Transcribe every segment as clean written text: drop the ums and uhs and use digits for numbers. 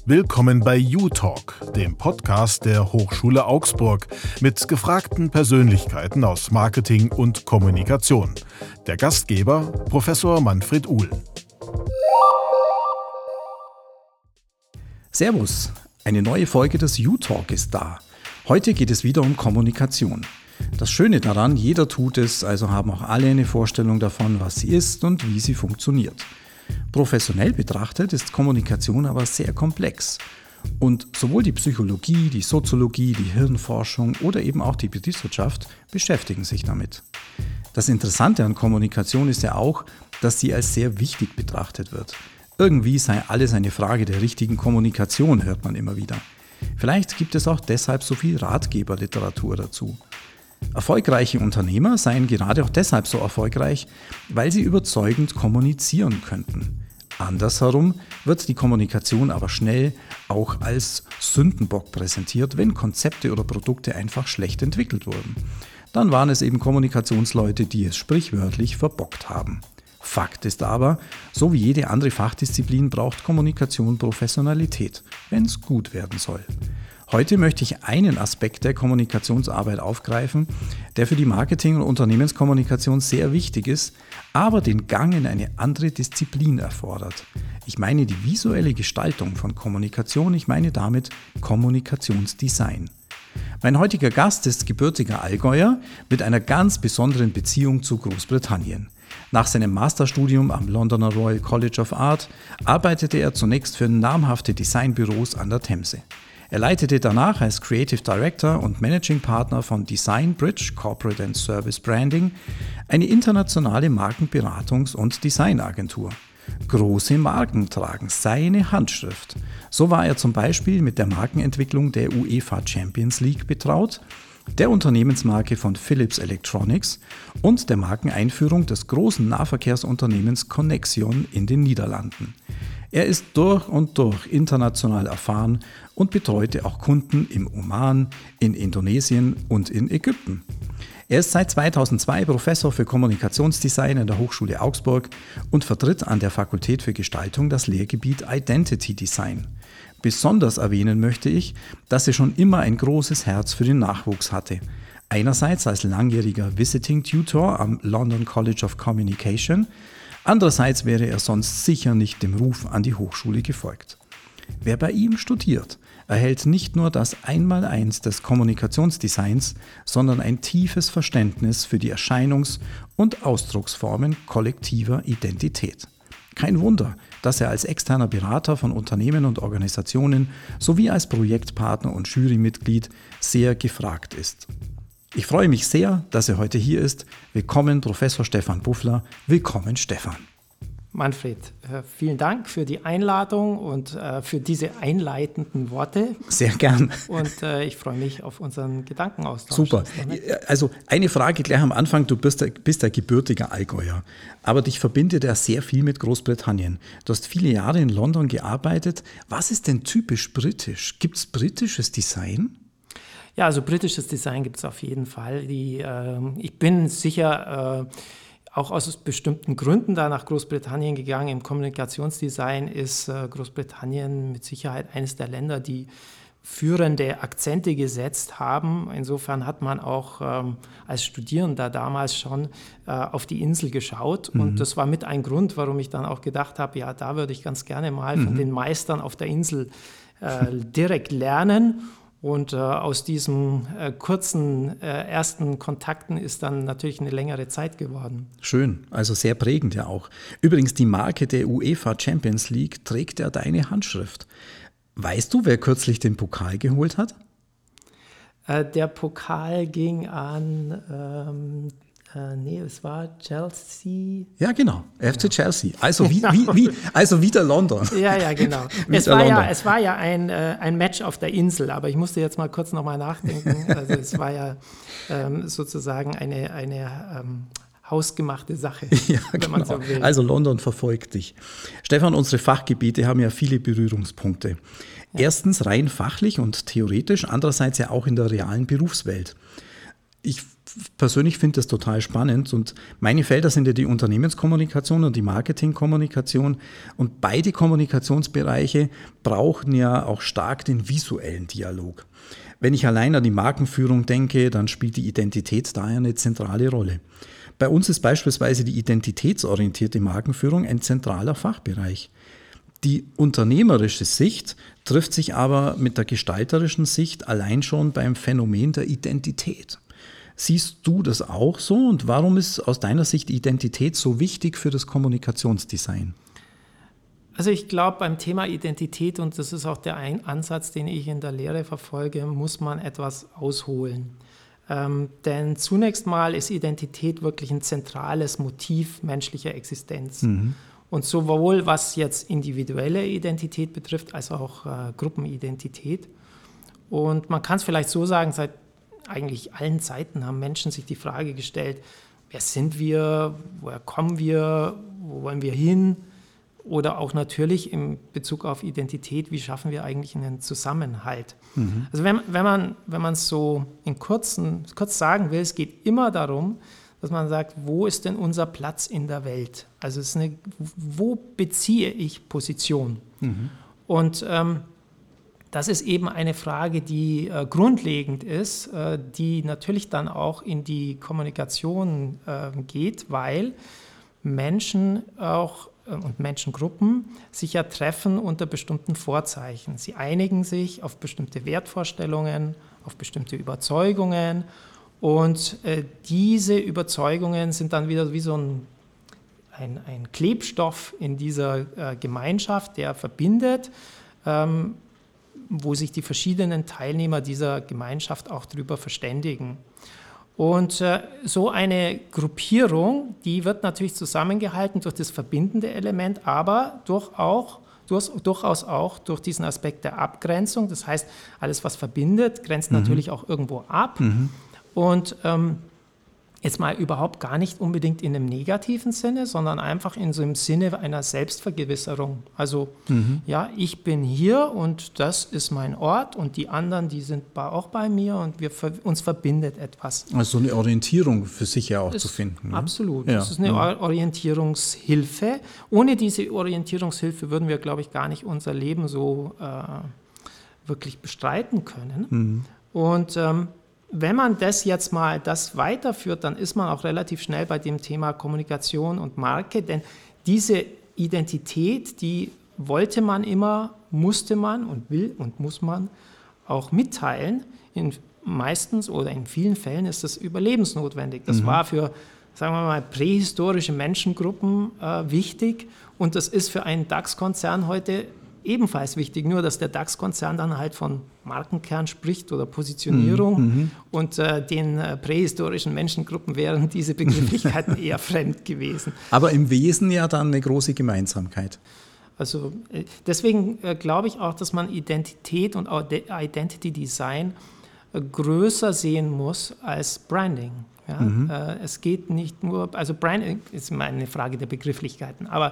Willkommen bei U-Talk, dem Podcast der Hochschule Augsburg mit gefragten Persönlichkeiten aus Marketing und Kommunikation. Der Gastgeber Professor Manfred Uhl. Servus, eine neue Folge des U-Talk ist da. Heute geht es wieder um Kommunikation. Das Schöne daran, jeder tut es, also haben auch alle eine Vorstellung davon, was sie ist und wie sie funktioniert. Professionell betrachtet ist Kommunikation aber sehr komplex. Und sowohl die Psychologie, die Soziologie, die Hirnforschung oder eben auch die Betriebswirtschaft beschäftigen sich damit. Das Interessante an Kommunikation ist ja auch, dass sie als sehr wichtig betrachtet wird. Irgendwie sei alles eine Frage der richtigen Kommunikation, hört man immer wieder. Vielleicht gibt es auch deshalb so viel Ratgeberliteratur dazu. Erfolgreiche Unternehmer seien gerade auch deshalb so erfolgreich, weil sie überzeugend kommunizieren könnten. Andersherum wird die Kommunikation aber schnell auch als Sündenbock präsentiert, wenn Konzepte oder Produkte einfach schlecht entwickelt wurden. Dann waren es eben Kommunikationsleute, die es sprichwörtlich verbockt haben. Fakt ist aber, so wie jede andere Fachdisziplin braucht Kommunikation Professionalität, wenn es gut werden soll. Heute möchte ich einen Aspekt der Kommunikationsarbeit aufgreifen, der für die Marketing- und Unternehmenskommunikation sehr wichtig ist, aber den Gang in eine andere Disziplin erfordert. Ich meine die visuelle Gestaltung von Kommunikation, ich meine damit Kommunikationsdesign. Mein heutiger Gast ist gebürtiger Allgäuer mit einer ganz besonderen Beziehung zu Großbritannien. Nach seinem Masterstudium am Londoner Royal College of Art arbeitete er zunächst für namhafte Designbüros an der Themse. Er leitete danach als Creative Director und Managing Partner von Design Bridge Corporate and Service Branding eine internationale Markenberatungs- und Designagentur. Große Marken tragen seine Handschrift. So war er zum Beispiel mit der Markenentwicklung der UEFA Champions League betraut, der Unternehmensmarke von Philips Electronics und der Markeneinführung des großen Nahverkehrsunternehmens Connexion in den Niederlanden. Er ist durch und durch international erfahren und betreute auch Kunden im Oman, in Indonesien und in Ägypten. Er ist seit 2002 Professor für Kommunikationsdesign an der Hochschule Augsburg und vertritt an der Fakultät für Gestaltung das Lehrgebiet Identity Design. Besonders erwähnen möchte ich, dass er schon immer ein großes Herz für den Nachwuchs hatte. Einerseits als langjähriger Visiting Tutor am London College of Communication, andererseits wäre er sonst sicher nicht dem Ruf an die Hochschule gefolgt. Wer bei ihm studiert, erhält nicht nur das Einmaleins des Kommunikationsdesigns, sondern ein tiefes Verständnis für die Erscheinungs- und Ausdrucksformen kollektiver Identität. Kein Wunder, dass er als externer Berater von Unternehmen und Organisationen sowie als Projektpartner und Jurymitglied sehr gefragt ist. Ich freue mich sehr, dass er heute hier ist. Willkommen, Professor Stefan Buffler. Willkommen, Stefan. Manfred, vielen Dank für die Einladung und für diese einleitenden Worte. Sehr gern. Und ich freue mich auf unseren Gedankenaustausch. Super. Also eine Frage gleich am Anfang. Du bist der gebürtiger Allgäuer, aber dich verbindet ja sehr viel mit Großbritannien. Du hast viele Jahre in London gearbeitet. Was ist denn typisch britisch? Gibt es britisches Design? Ja, also britisches Design gibt es auf jeden Fall. Ich bin sicher auch aus bestimmten Gründen da nach Großbritannien gegangen. Im Kommunikationsdesign ist Großbritannien mit Sicherheit eines der Länder, die führende Akzente gesetzt haben. Insofern hat man auch als Studierender damals schon auf die Insel geschaut. Und das war mit ein Grund, warum ich dann auch gedacht habe, ja, da würde ich ganz gerne mal von den Meistern auf der Insel direkt lernen. Und aus diesen kurzen ersten Kontakten ist dann natürlich eine längere Zeit geworden. Schön, also sehr prägend ja auch. Übrigens, die Marke der UEFA Champions League trägt ja deine Handschrift. Weißt du, wer kürzlich den Pokal geholt hat? Der Pokal ging an, es war Chelsea. Ja, genau, FC Chelsea. Also, also wieder London. Ja, genau. Es war ja ein Match auf der Insel, aber ich musste jetzt mal kurz nochmal nachdenken. Also es war ja sozusagen eine hausgemachte Sache, ja, wenn man so will. Also London verfolgt dich. Stefan, unsere Fachgebiete haben ja viele Berührungspunkte. Ja. Erstens rein fachlich und theoretisch, andererseits ja auch in der realen Berufswelt. ich persönlich finde das total spannend und meine Felder sind ja die Unternehmenskommunikation und die Marketingkommunikation und beide Kommunikationsbereiche brauchen ja auch stark den visuellen Dialog. Wenn ich allein an die Markenführung denke, dann spielt die Identität daher eine zentrale Rolle. Bei uns ist beispielsweise die identitätsorientierte Markenführung ein zentraler Fachbereich. Die unternehmerische Sicht trifft sich aber mit der gestalterischen Sicht allein schon beim Phänomen der Identität. Siehst du das auch so und warum ist aus deiner Sicht Identität so wichtig für das Kommunikationsdesign? Also ich glaube, beim Thema Identität, und das ist auch der Ansatz, den ich in der Lehre verfolge, muss man etwas ausholen. Denn zunächst mal ist Identität wirklich ein zentrales Motiv menschlicher Existenz. Und sowohl was jetzt individuelle Identität betrifft, als auch Gruppenidentität. Und man kann es vielleicht so sagen, seit eigentlich allen Zeiten haben Menschen sich die Frage gestellt, wer sind wir, woher kommen wir, wo wollen wir hin? Oder auch natürlich in Bezug auf Identität, wie schaffen wir eigentlich einen Zusammenhalt? Also wenn man es so kurz sagen will, es geht immer darum, dass man sagt, wo ist denn unser Platz in der Welt? Also wo beziehe ich Position? Und das ist eben eine Frage, die grundlegend ist, die natürlich dann auch in die Kommunikation geht, weil Menschen auch und Menschengruppen sich ja treffen unter bestimmten Vorzeichen. Sie einigen sich auf bestimmte Wertvorstellungen, auf bestimmte Überzeugungen und diese Überzeugungen sind dann wieder wie so ein Klebstoff in dieser Gemeinschaft, der verbindet, wo sich die verschiedenen Teilnehmer dieser Gemeinschaft auch darüber verständigen. Und so eine Gruppierung, die wird natürlich zusammengehalten durch das verbindende Element, aber durchaus auch durch diesen Aspekt der Abgrenzung. Das heißt, alles, was verbindet, grenzt natürlich auch irgendwo ab. Und jetzt mal überhaupt gar nicht unbedingt in einem negativen Sinne, sondern einfach in so einem Sinne einer Selbstvergewisserung. Also ja, ich bin hier und das ist mein Ort und die anderen, die sind auch bei mir und uns verbindet etwas. Also eine Orientierung für sich ja auch zu finden. Ne? Absolut, das ist eine Orientierungshilfe. Ohne diese Orientierungshilfe würden wir, glaube ich, gar nicht unser Leben so wirklich bestreiten können. Und wenn man das weiterführt, dann ist man auch relativ schnell bei dem Thema Kommunikation und Marke, denn diese Identität, die wollte man immer, musste man und will und muss man auch mitteilen. Meistens oder in vielen Fällen ist das überlebensnotwendig. Das war für, sagen wir mal, prähistorische Menschengruppen wichtig und das ist für einen DAX-Konzern heute ebenfalls wichtig, nur dass der DAX-Konzern dann halt von Markenkern spricht oder Positionierung und den prähistorischen Menschengruppen wären diese Begrifflichkeiten eher fremd gewesen. Aber im Wesen ja dann eine große Gemeinsamkeit. Also deswegen glaube ich auch, dass man Identität und Identity Design größer sehen muss als Branding. Ja? Es geht nicht nur, also Branding ist immer eine Frage der Begrifflichkeiten, aber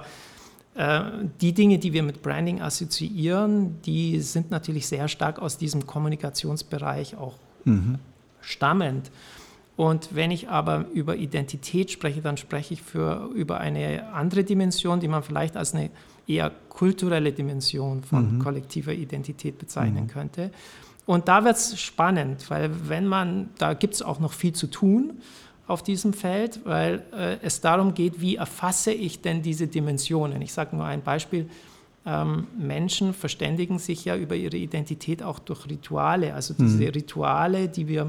die Dinge, die wir mit Branding assoziieren, die sind natürlich sehr stark aus diesem Kommunikationsbereich auch stammend. Und wenn ich aber über Identität spreche, dann spreche ich über eine andere Dimension, die man vielleicht als eine eher kulturelle Dimension von kollektiver Identität bezeichnen könnte. Und da wird es spannend, weil da gibt es auch noch viel zu tun auf diesem Feld, weil es darum geht, wie erfasse ich denn diese Dimensionen. Ich sage nur ein Beispiel, Menschen verständigen sich ja über ihre Identität auch durch Rituale, also diese Rituale, die wir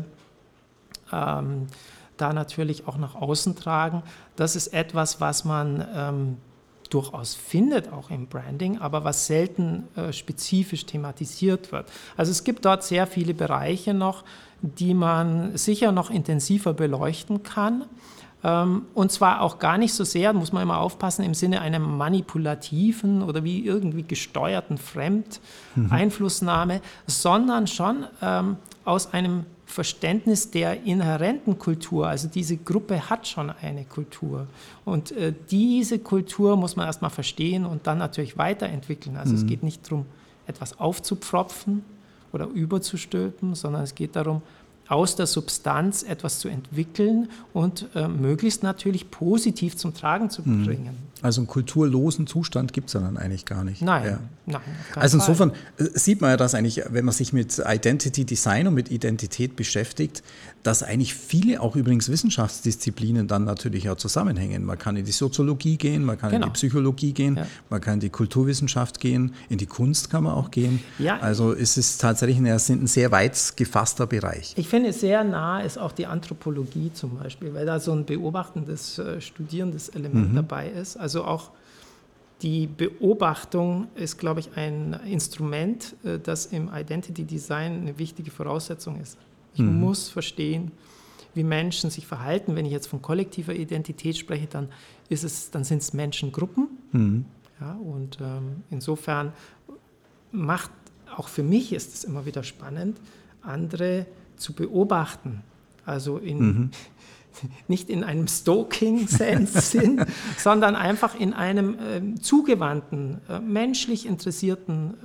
da natürlich auch nach außen tragen, das ist etwas, was man durchaus findet, auch im Branding, aber was selten spezifisch thematisiert wird. Also es gibt dort sehr viele Bereiche noch, die man sicher noch intensiver beleuchten kann. Und zwar auch gar nicht so sehr, muss man immer aufpassen, im Sinne einer manipulativen oder wie irgendwie gesteuerten Fremdeinflussnahme, sondern schon aus einem Verständnis der inhärenten Kultur. Also diese Gruppe hat schon eine Kultur. Und diese Kultur muss man erstmal verstehen und dann natürlich weiterentwickeln. Also es geht nicht darum, etwas aufzupfropfen oder überzustülpen, sondern es geht darum, aus der Substanz etwas zu entwickeln und möglichst natürlich positiv zum Tragen zu bringen. Also einen kulturlosen Zustand gibt es ja dann eigentlich gar nicht. Nein. Also insofern sieht man ja, dass eigentlich, wenn man sich mit Identity Design und mit Identität beschäftigt, dass eigentlich viele auch übrigens Wissenschaftsdisziplinen dann natürlich auch zusammenhängen. Man kann in die Soziologie gehen, man kann in die Psychologie gehen, man kann in die Kulturwissenschaft gehen, in die Kunst kann man auch gehen. Ja. Also es ist tatsächlich ein sehr weit gefasster Bereich. Ich finde, sehr nah ist auch die Anthropologie zum Beispiel, weil da so ein beobachtendes, studierendes Element dabei ist. Also auch die Beobachtung ist, glaube ich, ein Instrument, das im Identity Design eine wichtige Voraussetzung ist. Ich muss verstehen, wie Menschen sich verhalten. Wenn ich jetzt von kollektiver Identität spreche, dann sind es Menschengruppen. Ja, und insofern macht auch für mich ist es immer wieder spannend, andere zu beobachten. Also nicht in einem Stalking-Sinn, sondern einfach in einem zugewandten, menschlich interessierten,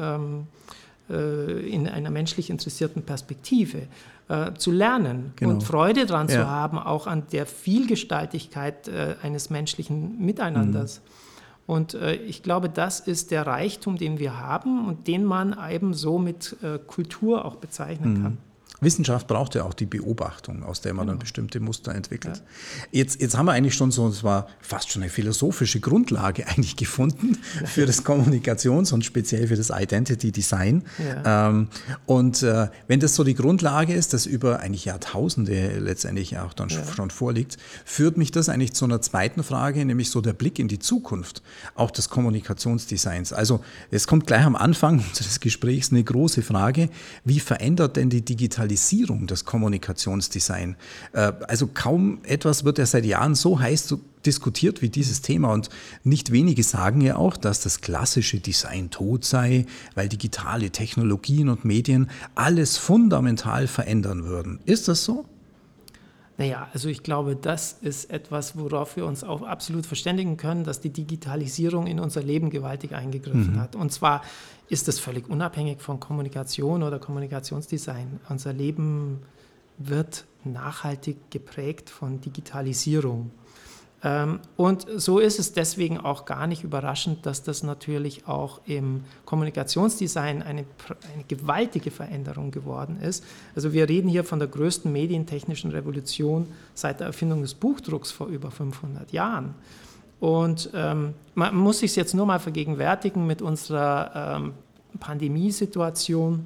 in einer menschlich interessierten Perspektive zu lernen und Freude daran zu haben, auch an der Vielgestaltigkeit eines menschlichen Miteinanders. Und ich glaube, das ist der Reichtum, den wir haben und den man eben so mit Kultur auch bezeichnen kann. Wissenschaft braucht ja auch die Beobachtung, aus der man dann bestimmte Muster entwickelt. Ja. Jetzt haben wir eigentlich schon so, es war fast schon eine philosophische Grundlage eigentlich gefunden für das Kommunikations- und speziell für das Identity Design. Ja. Wenn das so die Grundlage ist, das über eigentlich Jahrtausende letztendlich auch dann schon vorliegt, führt mich das eigentlich zu einer zweiten Frage, nämlich so der Blick in die Zukunft, auch des Kommunikationsdesigns. Also es kommt gleich am Anfang unseres Gesprächs eine große Frage, wie verändert denn die Digitalisierung das Kommunikationsdesign? Also kaum etwas wird ja seit Jahren so heiß diskutiert wie dieses Thema und nicht wenige sagen ja auch, dass das klassische Design tot sei, weil digitale Technologien und Medien alles fundamental verändern würden. Ist das so? Naja, also ich glaube, das ist etwas, worauf wir uns auch absolut verständigen können, dass die Digitalisierung in unser Leben gewaltig eingegriffen hat. Und zwar ist das völlig unabhängig von Kommunikation oder Kommunikationsdesign. Unser Leben wird nachhaltig geprägt von Digitalisierung. Und so ist es deswegen auch gar nicht überraschend, dass das natürlich auch im Kommunikationsdesign eine gewaltige Veränderung geworden ist. Also wir reden hier von der größten medientechnischen Revolution seit der Erfindung des Buchdrucks vor über 500 Jahren. Und man muss sich jetzt nur mal vergegenwärtigen mit unserer Pandemiesituation.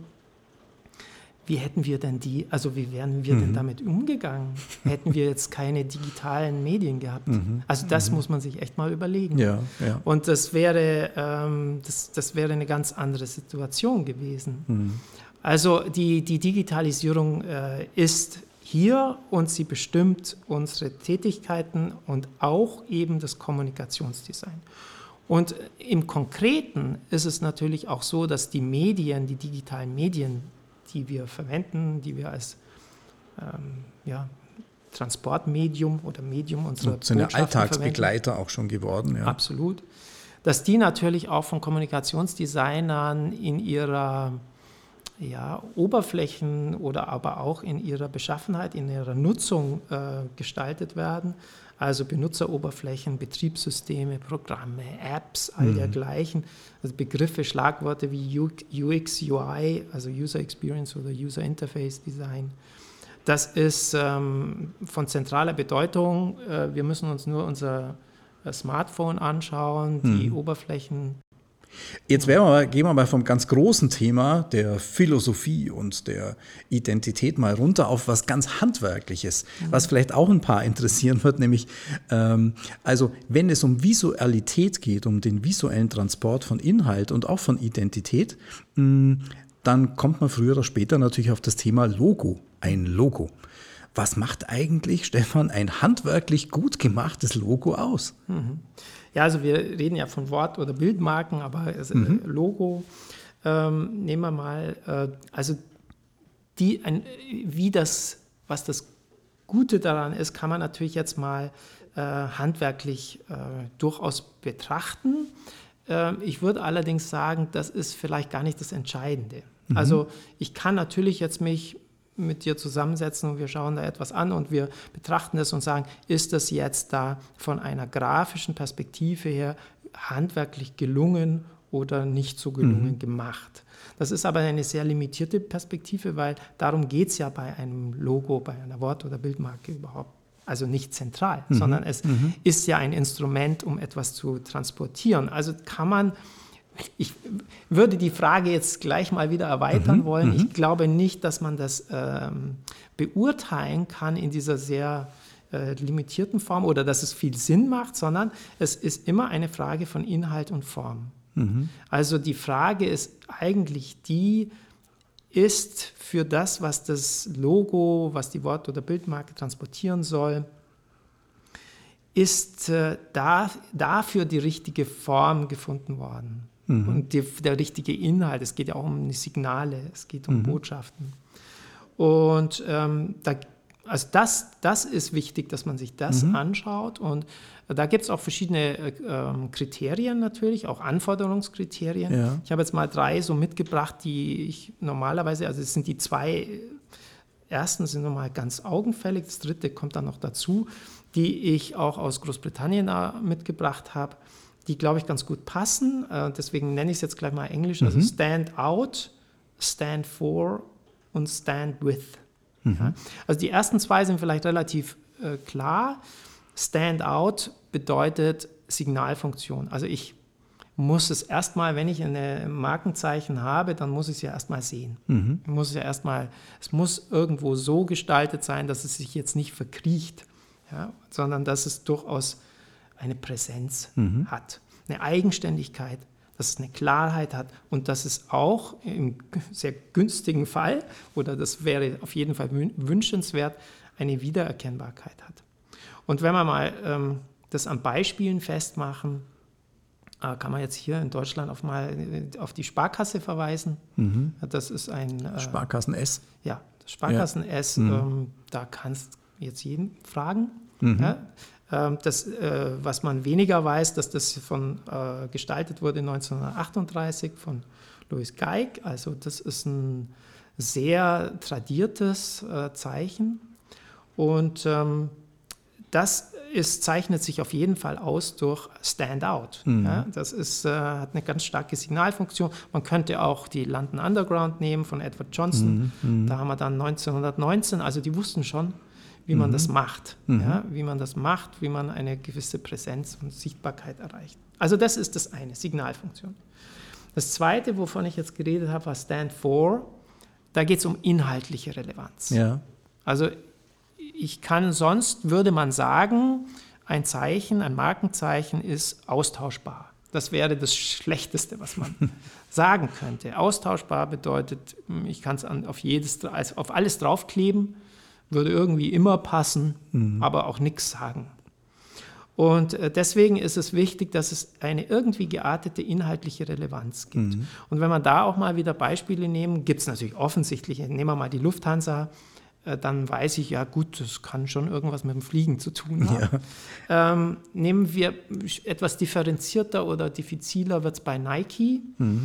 Wie wären wir denn damit umgegangen? Hätten wir jetzt keine digitalen Medien gehabt? Also das muss man sich echt mal überlegen. Ja. Und das wäre eine ganz andere Situation gewesen. Also die Digitalisierung ist hier und sie bestimmt unsere Tätigkeiten und auch eben das Kommunikationsdesign. Und im Konkreten ist es natürlich auch so, dass die digitalen Medien, die wir verwenden, die wir als Transportmedium oder Medium unserer Botschaften sind ja Alltagsbegleiter verwenden. Auch schon geworden. Ja. Absolut. Dass die natürlich auch von Kommunikationsdesignern in ihrer Oberflächen oder aber auch in ihrer Beschaffenheit, in ihrer Nutzung gestaltet werden. Also Benutzeroberflächen, Betriebssysteme, Programme, Apps, all dergleichen. Also Begriffe, Schlagworte wie UX, UI, also User Experience oder User Interface Design. Das ist von zentraler Bedeutung. Wir müssen uns nur unser Smartphone anschauen, die Oberflächen. Jetzt gehen wir mal vom ganz großen Thema der Philosophie und der Identität mal runter auf was ganz Handwerkliches, was vielleicht auch ein paar interessieren wird, nämlich also wenn es um Visualität geht, um den visuellen Transport von Inhalt und auch von Identität, dann kommt man früher oder später natürlich auf das Thema Logo, ein Logo. Was macht eigentlich, Stefan, ein handwerklich gut gemachtes Logo aus? Ja, also wir reden ja von Wort- oder Bildmarken, aber Logo, nehmen wir mal, was das Gute daran ist, kann man natürlich jetzt mal handwerklich durchaus betrachten. Ich würde allerdings sagen, das ist vielleicht gar nicht das Entscheidende. Also ich kann natürlich jetzt mich mit dir zusammensetzen und wir schauen da etwas an und wir betrachten das und sagen, ist das jetzt da von einer grafischen Perspektive her handwerklich gelungen oder nicht so gelungen gemacht. Das ist aber eine sehr limitierte Perspektive, weil darum geht es ja bei einem Logo, bei einer Wort- oder Bildmarke überhaupt. Also nicht zentral, sondern es ist ja ein Instrument, um etwas zu transportieren. Also kann man, ich würde die Frage jetzt gleich mal wieder erweitern wollen. Ich glaube nicht, dass man das beurteilen kann in dieser sehr limitierten Form oder dass es viel Sinn macht, sondern es ist immer eine Frage von Inhalt und Form. Also die Frage ist eigentlich ist für das, was das Logo, was die Wort- oder Bildmarke transportieren soll, ist dafür die richtige Form gefunden worden. Und der richtige Inhalt. Es geht ja auch um Signale, es geht um Botschaften. Und also das ist wichtig, dass man sich das anschaut. Und da gibt es auch verschiedene Kriterien natürlich, auch Anforderungskriterien. Ja. Ich habe jetzt mal 3 so mitgebracht, die ich normalerweise, also es sind die 2 ersten sind nochmal ganz augenfällig, das 3. kommt dann noch dazu, die ich auch aus Großbritannien mitgebracht habe, die, glaube ich, ganz gut passen. Deswegen nenne ich es jetzt gleich mal Englisch. Also Stand Out, Stand For und Stand With. Ja. Also die ersten 2 sind vielleicht relativ klar. Stand Out bedeutet Signalfunktion. Also ich muss es erstmal, wenn ich ein Markenzeichen habe, dann muss ich es ja erstmal sehen. Ich muss es ja erstmal, es muss irgendwo so gestaltet sein, dass es sich jetzt nicht verkriecht, ja, sondern dass es durchaus eine Präsenz hat, eine Eigenständigkeit, dass es eine Klarheit hat und dass es auch im sehr günstigen Fall, oder das wäre auf jeden Fall wünschenswert, eine Wiedererkennbarkeit hat. Und wenn wir mal das an Beispielen festmachen, kann man jetzt hier in Deutschland auf die Sparkasse verweisen. Das ist ein Sparkassen S. Ja, das Sparkassen S, da kannst du jetzt jeden fragen. Ja? Was man weniger weiß, dass das gestaltet wurde 1938 von Louis Geig. Also das ist ein sehr tradiertes Zeichen. Und das zeichnet sich auf jeden Fall aus durch Standout. Ja, das hat eine ganz starke Signalfunktion. Man könnte auch die London Underground nehmen von Edward Johnson. Da haben wir dann 1919, also die wussten schon, wie man das macht. Ja, wie man eine gewisse Präsenz und Sichtbarkeit erreicht. Also das ist das eine, Signalfunktion. Das zweite, wovon ich jetzt geredet habe, war Stand For. Da geht es um inhaltliche Relevanz. Ja. Also würde man sagen, ein Markenzeichen ist austauschbar. Das wäre das Schlechteste, was man sagen könnte. Austauschbar bedeutet, ich kann es auf alles draufkleben, würde irgendwie immer passen, aber auch nichts sagen. Und deswegen ist es wichtig, dass es eine irgendwie geartete inhaltliche Relevanz gibt. Und wenn wir da auch mal wieder Beispiele nehmen, gibt es natürlich offensichtliche, nehmen wir mal die Lufthansa, dann weiß ich, ja gut, das kann schon irgendwas mit dem Fliegen zu tun haben. Ja. Nehmen wir etwas differenzierter oder diffiziler wird es bei Nike.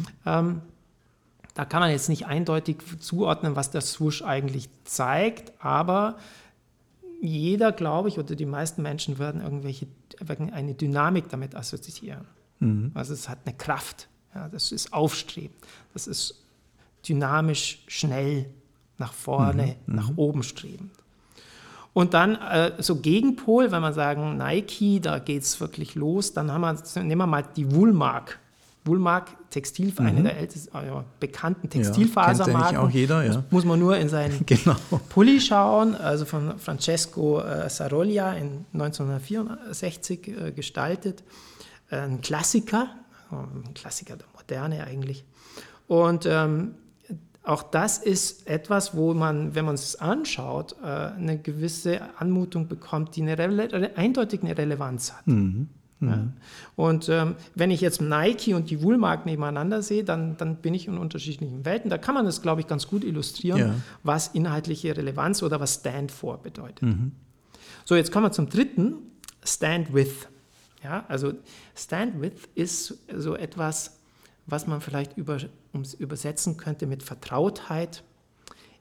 Da kann man jetzt nicht eindeutig zuordnen, was der Swoosh eigentlich zeigt, aber jeder, glaube ich, oder die meisten Menschen werden eine Dynamik damit assoziieren. Also es hat eine Kraft, ja, das ist aufstrebend, das ist dynamisch, schnell, nach vorne, nach oben strebend. Und dann so Gegenpol, wenn wir sagen Nike, da geht es wirklich los, dann nehmen wir mal die Woolmark. Woolmark, eine der ältesten, bekannten Textilfasermarken. Kennt ja auch jeder, ja. Muss man nur in seinen Pulli schauen, also von Francesco Saroglia in 1964 gestaltet. Ein Klassiker der Moderne eigentlich. Und auch das ist etwas, wo man, wenn man es anschaut, eine gewisse Anmutung bekommt, die eindeutig eine Relevanz hat. Ja. Und wenn ich jetzt Nike und die Woolmark nebeneinander sehe, dann bin ich in unterschiedlichen Welten. Da kann man das, glaube ich, ganz gut illustrieren, was inhaltliche Relevanz oder was Stand For bedeutet. So, jetzt kommen wir zum 3. Stand With. Ja, also Stand With ist so etwas, was man vielleicht übersetzen könnte mit Vertrautheit,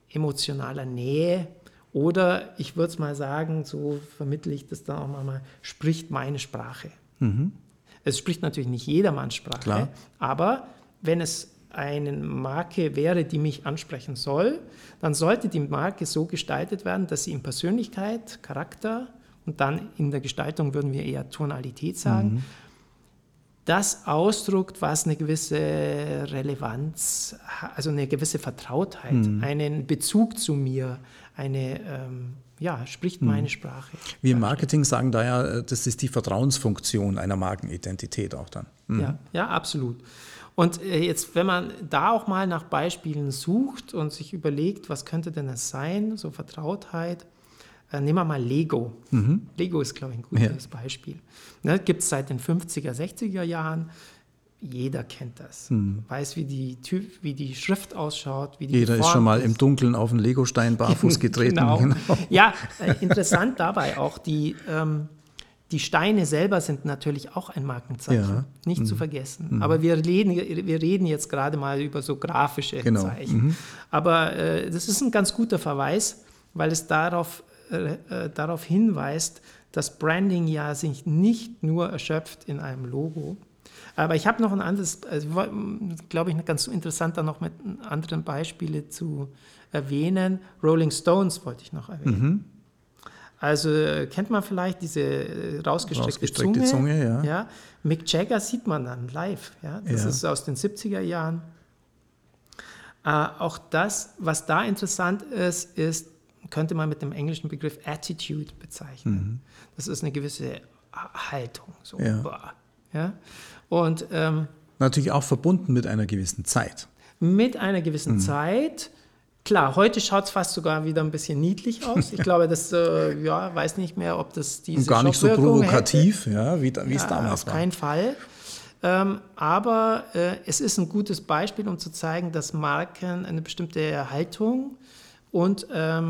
emotionaler Nähe oder ich würde es mal sagen, so vermittle ich das dann auch mal, spricht meine Sprache. Es spricht natürlich nicht jedermanns Sprache, Klar. aber wenn es eine Marke wäre, die mich ansprechen soll, dann sollte die Marke so gestaltet werden, dass sie in Persönlichkeit, Charakter und dann in der Gestaltung würden wir eher Tonalität sagen, das ausdruckt, was eine gewisse Relevanz, also eine gewisse Vertrautheit, einen Bezug zu mir, spricht meine Sprache. Wir im Marketing sagen da ja, das ist die Vertrauensfunktion einer Markenidentität auch dann. Ja, absolut. Und jetzt, wenn man da auch mal nach Beispielen sucht und sich überlegt, was könnte denn das sein, so Vertrautheit, nehmen wir mal Lego. Lego ist, glaube ich, ein gutes Beispiel. Ne, gibt es seit den 50er, 60er Jahren. Jeder kennt das. Weiß, wie die Schrift ausschaut, wie die Jeder ist schon mal im Dunkeln auf einen Legostein barfuß getreten. Genau. Ja, interessant dabei auch, die Steine selber sind natürlich auch ein Markenzeichen, nicht zu vergessen. Aber wir reden jetzt gerade mal über so grafische Zeichen. Aber das ist ein ganz guter Verweis, weil es darauf hinweist, dass Branding ja sich nicht nur erschöpft in einem Logo. Aber ich habe noch ein anderes, glaube ich, ganz interessant, da noch mit anderen Beispielen zu erwähnen. Rolling Stones wollte ich noch erwähnen. Also kennt man vielleicht diese rausgestreckte Zunge? Ja. Mick Jagger sieht man dann live. Ja? Das ist aus den 70er Jahren. Auch das, was da interessant ist, könnte man mit dem englischen Begriff Attitude bezeichnen. Das ist eine gewisse Haltung. So. Ja? Und natürlich auch verbunden mit einer gewissen Zeit. Mit einer gewissen Zeit. Klar, heute schaut es fast sogar wieder ein bisschen niedlich aus. Ich glaube, das weiß nicht mehr, ob das diese und gar nicht so provokativ, wie es damals war. Auf keinen Fall. Aber es ist ein gutes Beispiel, um zu zeigen, dass Marken eine bestimmte Haltung und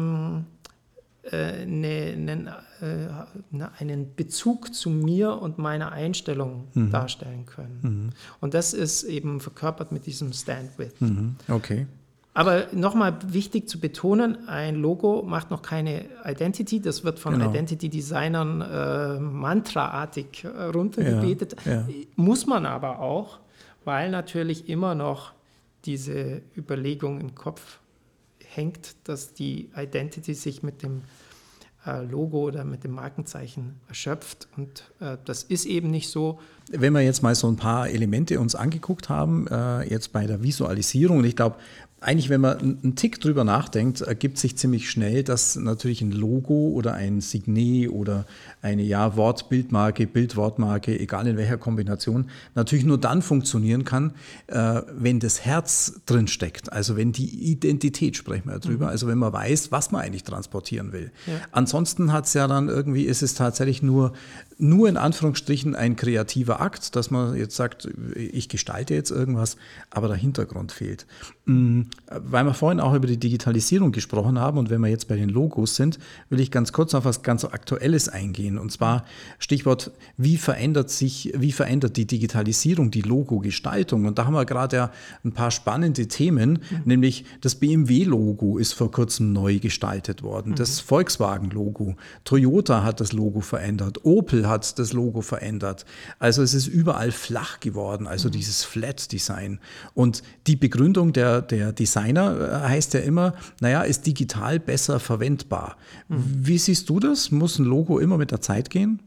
einen Bezug zu mir und meiner Einstellung darstellen können. Und das ist eben verkörpert mit diesem Stand With. Okay. Aber nochmal wichtig zu betonen, ein Logo macht noch keine Identity, das wird von Identity-Designern mantraartig runtergebetet. Muss man aber auch, weil natürlich immer noch diese Überlegung im Kopf hängt, dass die Identity sich mit dem Logo oder mit dem Markenzeichen erschöpft und das ist eben nicht so. Wenn wir jetzt mal so ein paar Elemente uns angeguckt haben, jetzt bei der Visualisierung, und ich glaube, eigentlich, wenn man einen Tick drüber nachdenkt, ergibt sich ziemlich schnell, dass natürlich ein Logo oder ein Signet oder eine Wort-Bildmarke, Bild-Wortmarke, egal in welcher Kombination, natürlich nur dann funktionieren kann, wenn das Herz drin steckt. Also wenn die Identität, sprechen wir ja drüber, also wenn man weiß, was man eigentlich transportieren will. Ja. Ansonsten hat es ja dann irgendwie, ist es tatsächlich nur in Anführungsstrichen ein kreativer Akt, dass man jetzt sagt, ich gestalte jetzt irgendwas, aber der Hintergrund fehlt. Weil wir vorhin auch über die Digitalisierung gesprochen haben und wenn wir jetzt bei den Logos sind, will ich ganz kurz auf was ganz Aktuelles eingehen. Und zwar Stichwort, wie verändert die Digitalisierung die Logo-Gestaltung? Und da haben wir gerade ja ein paar spannende Themen, nämlich das BMW-Logo ist vor kurzem neu gestaltet worden, das Volkswagen-Logo, Toyota hat das Logo verändert, Opel hat das Logo verändert. Also es ist überall flach geworden, also dieses Flat-Design. Und die Begründung der Designer heißt ja immer, ist digital besser verwendbar. Wie siehst du das? Muss ein Logo immer mit der Zeit gehen?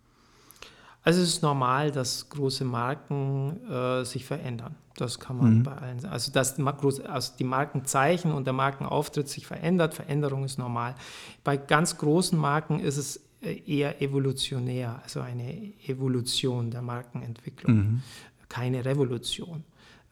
Also es ist normal, dass große Marken sich verändern. Das kann man bei allen sagen. Also dass die Markenzeichen und der Markenauftritt sich verändert. Veränderung ist normal. Bei ganz großen Marken ist es eher evolutionär, also eine Evolution der Markenentwicklung, keine Revolution.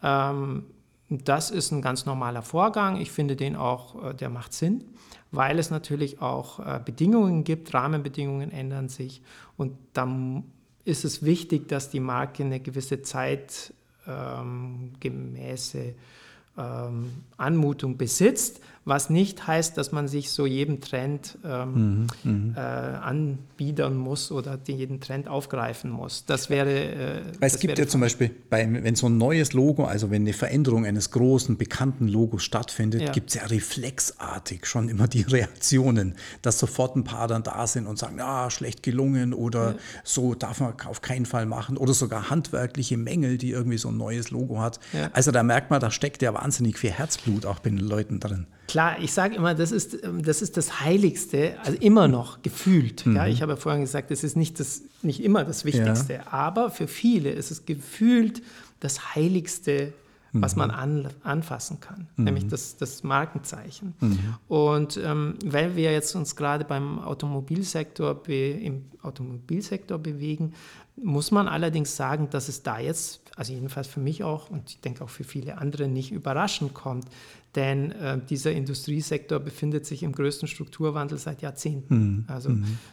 Das ist ein ganz normaler Vorgang. Ich finde den auch, der macht Sinn, weil es natürlich auch Bedingungen gibt, Rahmenbedingungen ändern sich und dann ist es wichtig, dass die Marke eine gewisse zeitgemäße Anmutung besitzt, Was nicht heißt, dass man sich so jedem Trend anbiedern muss oder jeden Trend aufgreifen muss. Das wäre. Weil es gibt ja zum Beispiel, wenn so ein neues Logo, also wenn eine Veränderung eines großen, bekannten Logos stattfindet, gibt es ja reflexartig schon immer die Reaktionen, dass sofort ein paar dann da sind und sagen, schlecht gelungen oder so darf man auf keinen Fall machen oder sogar handwerkliche Mängel, die irgendwie so ein neues Logo hat. Ja. Also da merkt man, da steckt ja wahnsinnig viel Herzblut auch bei den Leuten drin. Klar, ich sage immer, das ist das Heiligste, also immer noch gefühlt. Ja? Ich habe ja vorhin gesagt, das ist nicht immer das Wichtigste, aber für viele ist es gefühlt das Heiligste, was man anfassen kann, nämlich das Markenzeichen. Und weil wir jetzt uns gerade im Automobilsektor bewegen, muss man allerdings sagen, dass es da jetzt, also jedenfalls für mich auch und ich denke auch für viele andere, nicht überraschend kommt. Denn dieser Industriesektor befindet sich im größten Strukturwandel seit Jahrzehnten. Also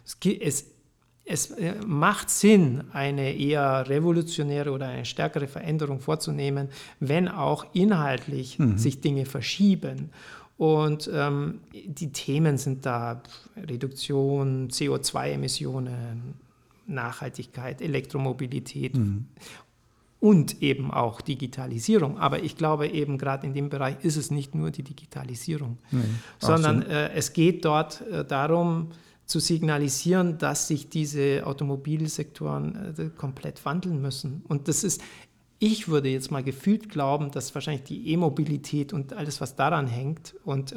es macht Sinn, eine eher revolutionäre oder eine stärkere Veränderung vorzunehmen, wenn auch inhaltlich sich Dinge verschieben. Und die Themen sind da Reduktion, CO2-Emissionen, Nachhaltigkeit, Elektromobilität und eben auch Digitalisierung. Aber ich glaube eben gerade in dem Bereich ist es nicht nur die Digitalisierung, sondern es geht dort darum, zu signalisieren, dass sich diese Automobilsektoren komplett wandeln müssen. Und das ist, ich würde jetzt mal gefühlt glauben, dass wahrscheinlich die E-Mobilität und alles, was daran hängt und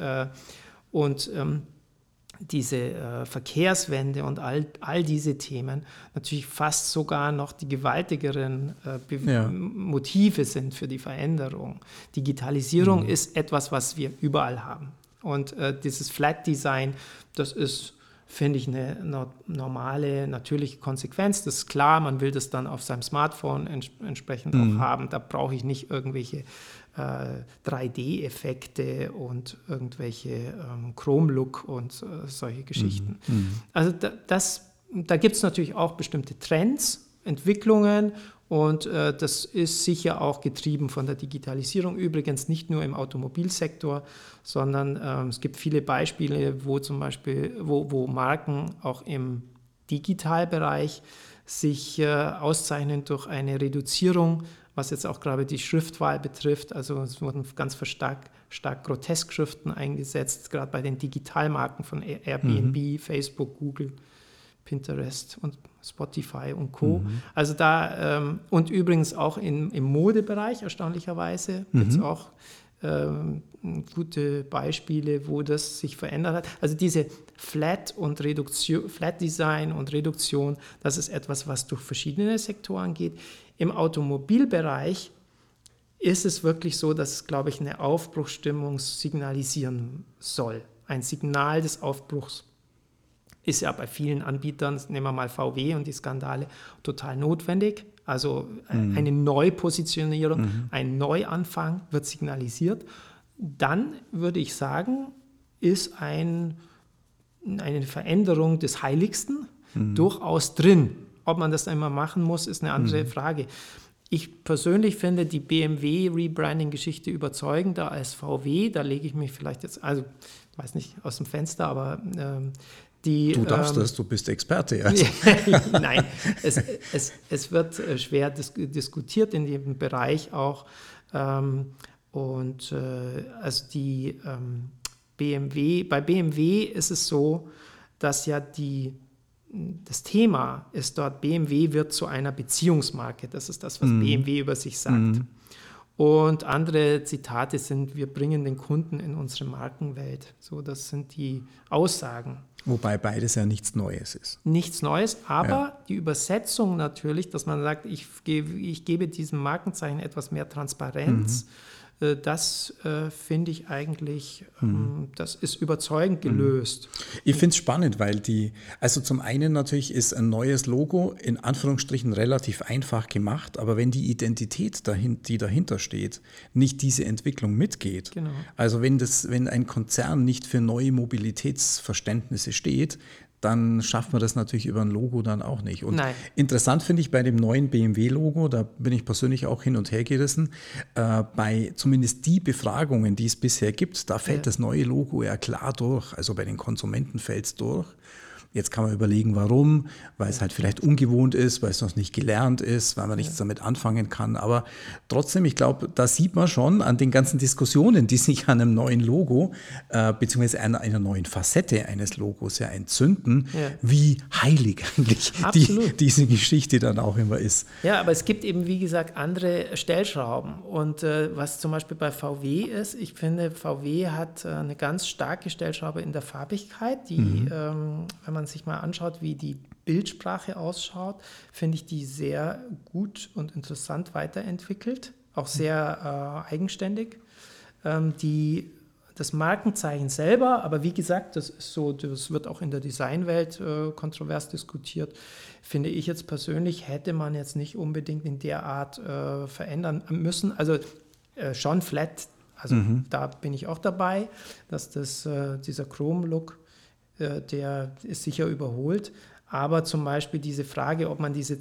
diese Verkehrswende und all diese Themen natürlich fast sogar noch die gewaltigeren Motive sind für die Veränderung. Digitalisierung ist etwas, was wir überall haben. Und dieses Flat Design, das ist, finde ich, eine normale, natürliche Konsequenz. Das ist klar, man will das dann auf seinem Smartphone entsprechend auch haben. Da brauche ich nicht irgendwelche 3D-Effekte und irgendwelche Chrome-Look und solche Geschichten. Also da gibt es natürlich auch bestimmte Trends, Entwicklungen und das ist sicher auch getrieben von der Digitalisierung. Übrigens nicht nur im Automobilsektor, sondern es gibt viele Beispiele, wo zum Beispiel, wo Marken auch im Digitalbereich sich auszeichnen durch eine Reduzierung, was jetzt auch gerade die Schriftwahl betrifft. Also es wurden ganz stark Grotesk-Schriften eingesetzt, gerade bei den Digitalmarken von Airbnb, Facebook, Google, Pinterest und Spotify und Co. Also da, und übrigens auch im Modebereich, erstaunlicherweise, gibt es auch gute Beispiele, wo das sich verändert hat. Also diese Flat Design und Reduktion, das ist etwas, was durch verschiedene Sektoren geht. Im Automobilbereich ist es wirklich so, dass es, glaube ich, eine Aufbruchsstimmung signalisieren soll. Ein Signal des Aufbruchs ist ja bei vielen Anbietern, nehmen wir mal VW und die Skandale, total notwendig. Also eine Neupositionierung, ein Neuanfang wird signalisiert. Dann würde ich sagen, ist eine Veränderung des Heiligsten durchaus drin. Ob man das immer machen muss, ist eine andere Frage. Ich persönlich finde die BMW-Rebranding-Geschichte überzeugender als VW. Da lege ich mich vielleicht jetzt, also weiß nicht, aus dem Fenster, aber du darfst das, du bist Experte. Also. Nein, es wird schwer diskutiert in dem Bereich auch. Also die bei BMW ist es so, dass ja das Thema ist dort, BMW wird zu einer Beziehungsmarke. Das ist das, was BMW über sich sagt. Und andere Zitate sind, wir bringen den Kunden in unsere Markenwelt. So, das sind die Aussagen. Wobei beides ja nichts Neues ist. Nichts Neues, aber die Übersetzung natürlich, dass man sagt, ich gebe diesem Markenzeichen etwas mehr Transparenz, das finde ich eigentlich, das ist überzeugend gelöst. Ich finde es spannend, weil also zum einen natürlich ist ein neues Logo in Anführungsstrichen relativ einfach gemacht, aber wenn die Identität, die dahinter steht, nicht diese Entwicklung mitgeht, also wenn ein Konzern nicht für neue Mobilitätsverständnisse steht, dann schafft man das natürlich über ein Logo dann auch nicht. Und Nein. interessant finde ich bei dem neuen BMW-Logo, da bin ich persönlich auch hin und her gerissen, bei zumindest die Befragungen, die es bisher gibt, da fällt das neue Logo ja klar durch. Also bei den Konsumenten fällt es durch. Jetzt kann man überlegen, warum, weil es halt vielleicht ungewohnt ist, weil es noch nicht gelernt ist, weil man nichts damit anfangen kann. Aber trotzdem, ich glaube, da sieht man schon an den ganzen Diskussionen, die sich an einem neuen Logo, beziehungsweise einer neuen Facette eines Logos ja entzünden, wie heilig eigentlich diese Geschichte dann auch immer ist. Ja, aber es gibt eben, wie gesagt, andere Stellschrauben. Und was zum Beispiel bei VW ist, ich finde, VW hat eine ganz starke Stellschraube in der Farbigkeit, die, wenn man sich mal anschaut, wie die Bildsprache ausschaut, finde ich die sehr gut und interessant weiterentwickelt, auch sehr eigenständig. Das Markenzeichen selber, aber wie gesagt, das ist so, das wird auch in der Designwelt kontrovers diskutiert, finde ich jetzt persönlich, hätte man jetzt nicht unbedingt in der Art verändern müssen. Also schon flat, also da bin ich auch dabei, dass dieser Chrome-Look, der ist sicher überholt, aber zum Beispiel diese Frage, ob man diese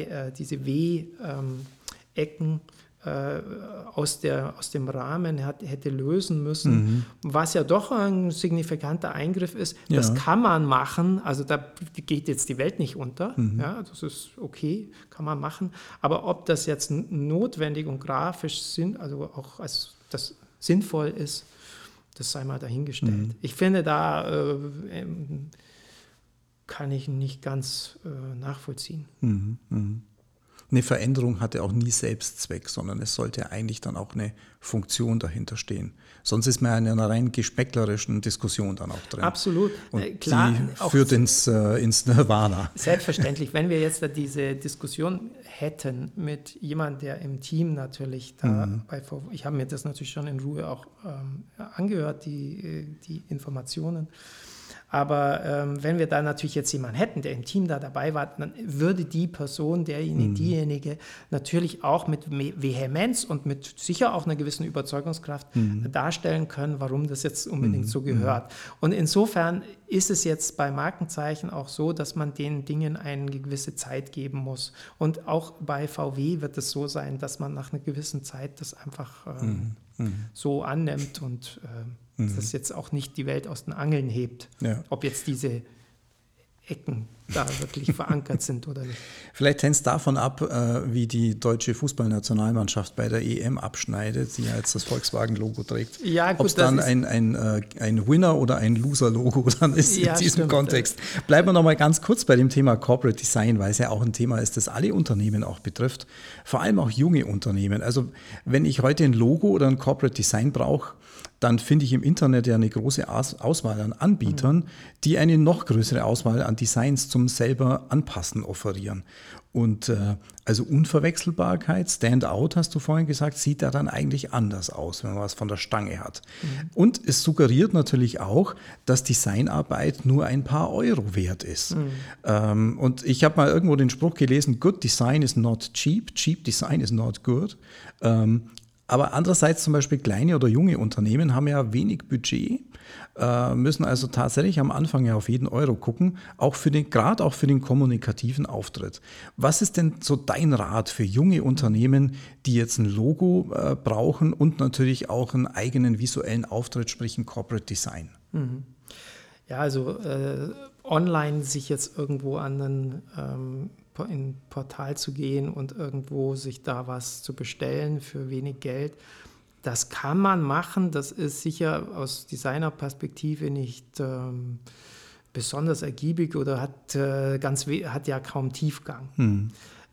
W-Ecken aus dem Rahmen hätte lösen müssen, was ja doch ein signifikanter Eingriff ist. Ja. Das kann man machen, also da geht jetzt die Welt nicht unter, ja, das ist okay, kann man machen, aber ob das jetzt notwendig und grafisch also auch als das sinnvoll ist, das sei mal dahingestellt. Ich finde, da kann ich nicht ganz nachvollziehen. Eine Veränderung hatte auch nie Selbstzweck, sondern es sollte eigentlich dann auch eine Funktion dahinter stehen. Sonst ist man in einer rein geschmäcklerischen Diskussion dann auch drin. Absolut. Und klar, die führt ins Nirvana. Selbstverständlich. Wenn wir jetzt diese Diskussion hätten mit jemandem, der im Team natürlich ich habe mir das natürlich schon in Ruhe auch angehört, die Informationen. Aber wenn wir da natürlich jetzt jemanden hätten, der im Team da dabei war, dann würde die Person, diejenige natürlich auch mit Vehemenz und mit sicher auch einer gewissen Überzeugungskraft darstellen können, warum das jetzt unbedingt so gehört. Und insofern ist es jetzt bei Markenzeichen auch so, dass man den Dingen eine gewisse Zeit geben muss. Und auch bei VW wird es so sein, dass man nach einer gewissen Zeit das einfach so annimmt und das jetzt auch nicht die Welt aus den Angeln hebt, ob jetzt diese Ecken da wirklich verankert sind oder nicht. Vielleicht hängt es davon ab, wie die deutsche Fußballnationalmannschaft bei der EM abschneidet, die ja jetzt das Volkswagen-Logo trägt. Ja, gut, ob es dann ein Winner- oder ein Loser-Logo dann ist in diesem Kontext. Bleiben wir noch mal ganz kurz bei dem Thema Corporate Design, weil es ja auch ein Thema ist, das alle Unternehmen auch betrifft, vor allem auch junge Unternehmen. Also wenn ich heute ein Logo oder ein Corporate Design brauche, dann finde ich im Internet ja eine große Auswahl an Anbietern, die eine noch größere Auswahl an Designs zum selber Anpassen offerieren. Und also Unverwechselbarkeit, Standout, hast du vorhin gesagt, sieht da dann eigentlich anders aus, wenn man was von der Stange hat. Und es suggeriert natürlich auch, dass Designarbeit nur ein paar Euro wert ist. Und ich habe mal irgendwo den Spruch gelesen, good design is not cheap, cheap design is not good. Aber andererseits zum Beispiel kleine oder junge Unternehmen haben ja wenig Budget, müssen also tatsächlich am Anfang ja auf jeden Euro gucken, gerade auch für den kommunikativen Auftritt. Was ist denn so dein Rat für junge Unternehmen, die jetzt ein Logo brauchen und natürlich auch einen eigenen visuellen Auftritt, sprich ein Corporate Design? Ja, also online sich jetzt irgendwo an ein Portal zu gehen und irgendwo sich da was zu bestellen für wenig Geld, das kann man machen. Das ist sicher aus Designerperspektive nicht besonders ergiebig oder hat ja kaum Tiefgang.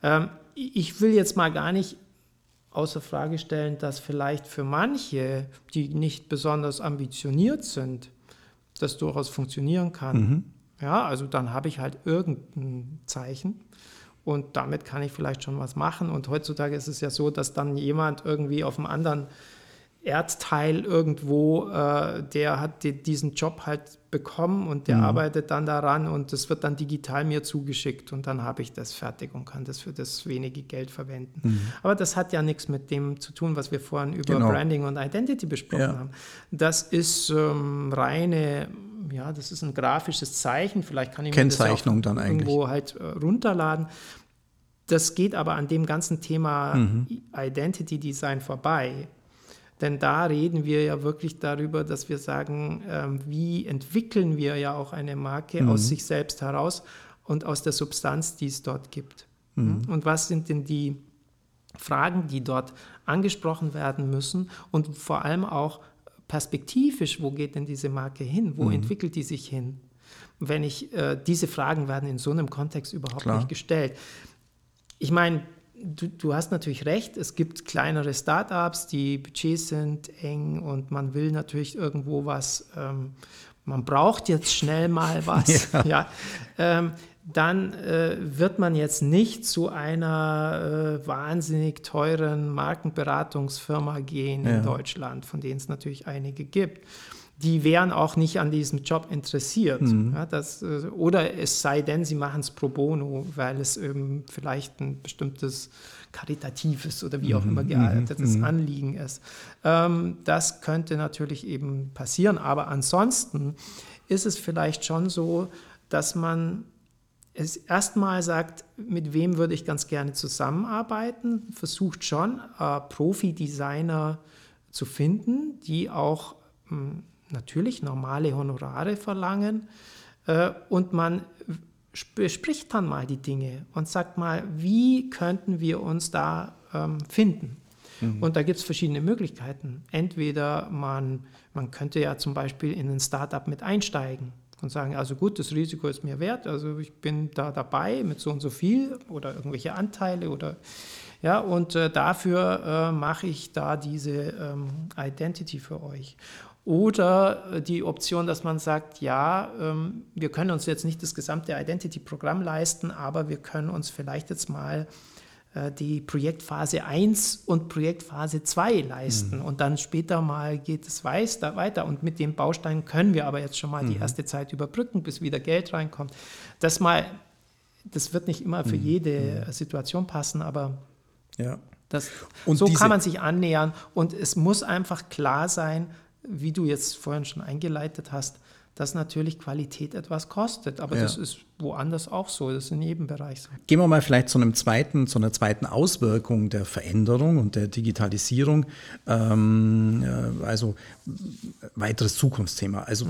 Ich will jetzt mal gar nicht außer Frage stellen, dass vielleicht für manche, die nicht besonders ambitioniert sind, das durchaus funktionieren kann. Ja, also dann habe ich halt irgendein Zeichen und damit kann ich vielleicht schon was machen. Und heutzutage ist es ja so, dass dann jemand irgendwie auf einem anderen Erdteil irgendwo, der hat diesen Job halt bekommen und der arbeitet dann daran und das wird dann digital mir zugeschickt und dann habe ich das fertig und kann das für das wenige Geld verwenden. Aber das hat ja nichts mit dem zu tun, was wir vorhin über Branding und Identity besprochen haben. Das ist reine das ist ein grafisches Zeichen, vielleicht kann ich mir Kennzeichnung das auch dann eigentlich irgendwo halt runterladen. Das geht aber an dem ganzen Thema Identity Design vorbei. Denn da reden wir ja wirklich darüber, dass wir sagen, wie entwickeln wir ja auch eine Marke aus sich selbst heraus und aus der Substanz, die es dort gibt. Und was sind denn die Fragen, die dort angesprochen werden müssen und vor allem auch perspektivisch, wo geht denn diese Marke hin? Wo entwickelt die sich hin? Wenn diese Fragen werden in so einem Kontext überhaupt nicht gestellt. Ich meine, du hast natürlich recht, es gibt kleinere Startups, die Budgets sind eng und man will natürlich irgendwo was, man braucht jetzt schnell mal was. Dann wird man jetzt nicht zu einer wahnsinnig teuren Markenberatungsfirma gehen in Deutschland, von denen es natürlich einige gibt. Die wären auch nicht an diesem Job interessiert. Oder es sei denn, sie machen es pro bono, weil es vielleicht ein bestimmtes karitatives oder wie auch immer geartetes Anliegen ist. Das könnte natürlich eben passieren. Aber ansonsten ist es vielleicht schon so, dass man es erstmal sagt, mit wem würde ich ganz gerne zusammenarbeiten, versucht schon, Profi-Designer zu finden, die auch natürlich normale Honorare verlangen und man bespricht dann mal die Dinge und sagt mal, wie könnten wir uns da finden? Und da gibt es verschiedene Möglichkeiten. Entweder man könnte ja zum Beispiel in ein Startup mit einsteigen und sagen, also gut, das Risiko ist mir wert, also ich bin da dabei mit so und so viel oder irgendwelche Anteile oder und dafür mache ich da diese Identity für euch. Oder die Option, dass man sagt, wir können uns jetzt nicht das gesamte Identity-Programm leisten, aber wir können uns vielleicht jetzt mal die Projektphase 1 und Projektphase 2 leisten. Und dann später mal geht es weiter. Und mit den Bausteinen können wir aber jetzt schon mal die erste Zeit überbrücken, bis wieder Geld reinkommt. Das wird nicht immer für jede Situation passen, aber so kann man sich annähern. Und es muss einfach klar sein, wie du jetzt vorhin schon eingeleitet hast, dass natürlich Qualität etwas kostet. Aber das ist woanders auch so, das ist in jedem Bereich so. Gehen wir mal vielleicht zu einer zweiten Auswirkung der Veränderung und der Digitalisierung. Also weiteres Zukunftsthema. Also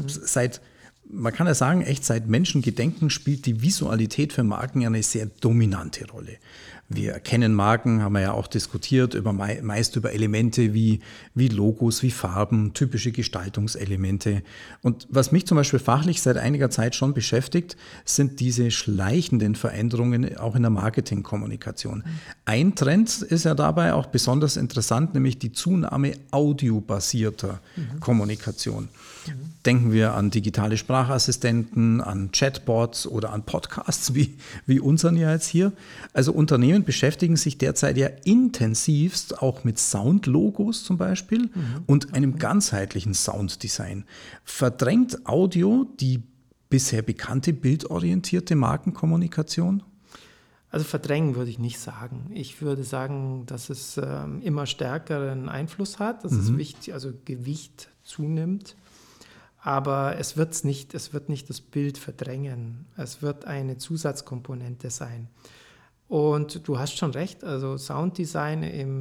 man kann ja sagen, echt seit Menschengedenken spielt die Visualität für Marken ja eine sehr dominante Rolle. Wir erkennen Marken, haben wir ja auch diskutiert, meist über Elemente wie Logos, wie Farben, typische Gestaltungselemente. Und was mich zum Beispiel fachlich seit einiger Zeit schon beschäftigt, sind diese schleichenden Veränderungen auch in der Marketingkommunikation. Ein Trend ist ja dabei auch besonders interessant, nämlich die Zunahme audiobasierter Kommunikation. Denken wir an digitale Sprachassistenten, an Chatbots oder an Podcasts wie unseren ja jetzt hier. Also Unternehmen beschäftigen sich derzeit ja intensivst auch mit Soundlogos zum Beispiel und einem ganzheitlichen Sounddesign. Verdrängt Audio die bisher bekannte bildorientierte Markenkommunikation? Also verdrängen würde ich nicht sagen. Ich würde sagen, dass es immer stärkeren Einfluss hat, dass es Gewicht zunimmt. Aber es wird nicht das Bild verdrängen. Es wird eine Zusatzkomponente sein. Und du hast schon recht, also Sounddesign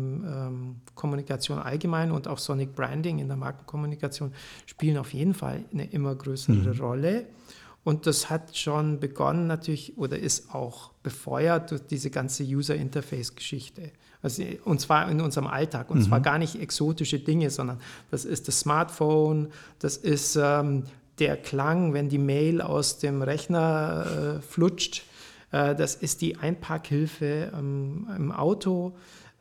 in Kommunikation allgemein und auch Sonic Branding in der Markenkommunikation spielen auf jeden Fall eine immer größere Rolle. Und das hat schon begonnen natürlich oder ist auch befeuert durch diese ganze User-Interface-Geschichte. Also, und zwar in unserem Alltag. Und zwar gar nicht exotische Dinge, sondern das ist das Smartphone, das ist der Klang, wenn die Mail aus dem Rechner flutscht. Das ist die Einparkhilfe im Auto.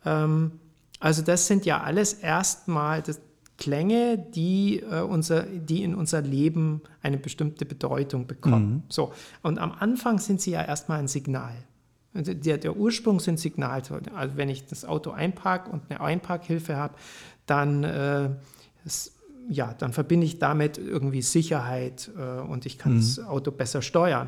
Also das sind ja alles erstmal Klänge, die in unser Leben eine bestimmte Bedeutung bekommen. So. Und am Anfang sind sie ja erstmal ein Signal. Der Ursprung sind Signale. Also wenn ich das Auto einparke und eine Einparkhilfe habe, dann verbinde ich damit irgendwie Sicherheit und ich kann das Auto besser steuern.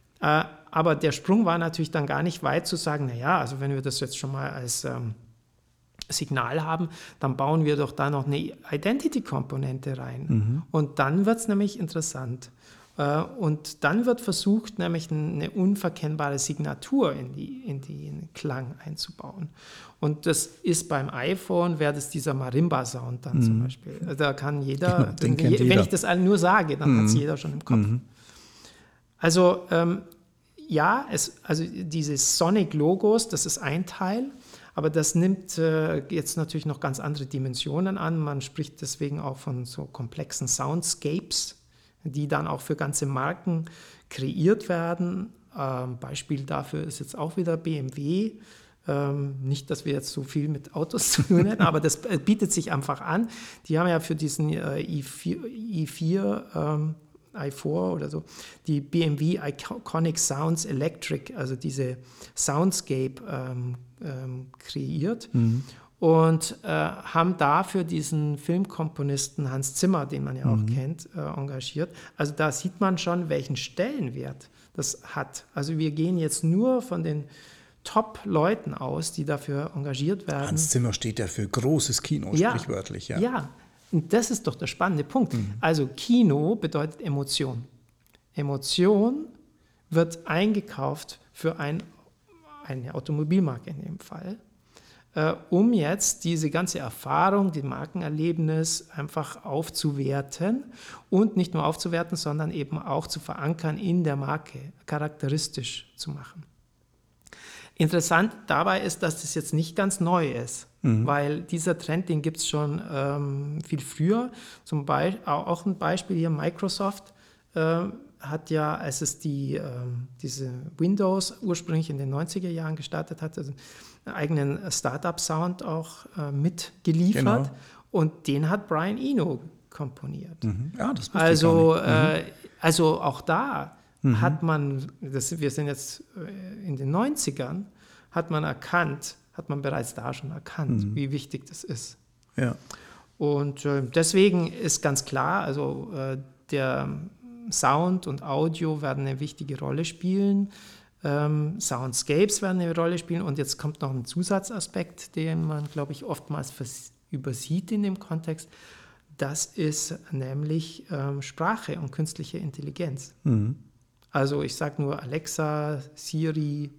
Aber der Sprung war natürlich dann gar nicht weit zu sagen, also wenn wir das jetzt schon mal als Signal haben, dann bauen wir doch da noch eine Identity-Komponente rein. Und dann wird es nämlich interessant. Und dann wird versucht, nämlich eine unverkennbare Signatur in den Klang einzubauen. Und das ist beim iPhone, wäre das dieser Marimba-Sound dann zum Beispiel. Da kann jeder, wenn ich das nur sage, dann hat es jeder schon im Kopf. Also also diese Sonic-Logos, das ist ein Teil, aber das nimmt jetzt natürlich noch ganz andere Dimensionen an. Man spricht deswegen auch von so komplexen Soundscapes, die dann auch für ganze Marken kreiert werden. Beispiel dafür ist jetzt auch wieder BMW. Nicht, dass wir jetzt so viel mit Autos zu tun hätten, aber das bietet sich einfach an. Die haben ja für diesen i4 oder so, die BMW Iconic Sounds Electric, also diese Soundscape kreiert und haben dafür diesen Filmkomponisten Hans Zimmer, den man ja auch kennt, engagiert. Also da sieht man schon, welchen Stellenwert das hat. Also wir gehen jetzt nur von den Top-Leuten aus, die dafür engagiert werden. Hans Zimmer steht ja für großes Kino, sprichwörtlich. Ja, und das ist doch der spannende Punkt. Also Kino bedeutet Emotion. Emotion wird eingekauft für eine Automobilmarke in dem Fall, um jetzt diese ganze Erfahrung, die Markenerlebnis einfach aufzuwerten und nicht nur aufzuwerten, sondern eben auch zu verankern in der Marke, charakteristisch zu machen. Interessant dabei ist, dass das jetzt nicht ganz neu ist, weil dieser Trend, den gibt es schon viel früher. Zum Beispiel auch ein Beispiel hier, Microsoft hat ja, als es diese Windows ursprünglich in den 90er Jahren gestartet hat, also einen eigenen Startup-Sound auch mitgeliefert. Genau. Und den hat Brian Eno komponiert. Ja, das wusste ich gar nicht. Also auch da hat man, wir sind jetzt in den 90ern, hat man bereits da schon erkannt, wie wichtig das ist. Ja. Und deswegen ist ganz klar, also der Sound und Audio werden eine wichtige Rolle spielen, Soundscapes werden eine Rolle spielen und jetzt kommt noch ein Zusatzaspekt, den man, glaube ich, oftmals übersieht in dem Kontext. Das ist nämlich Sprache und künstliche Intelligenz. Also ich sage nur Alexa, Siri,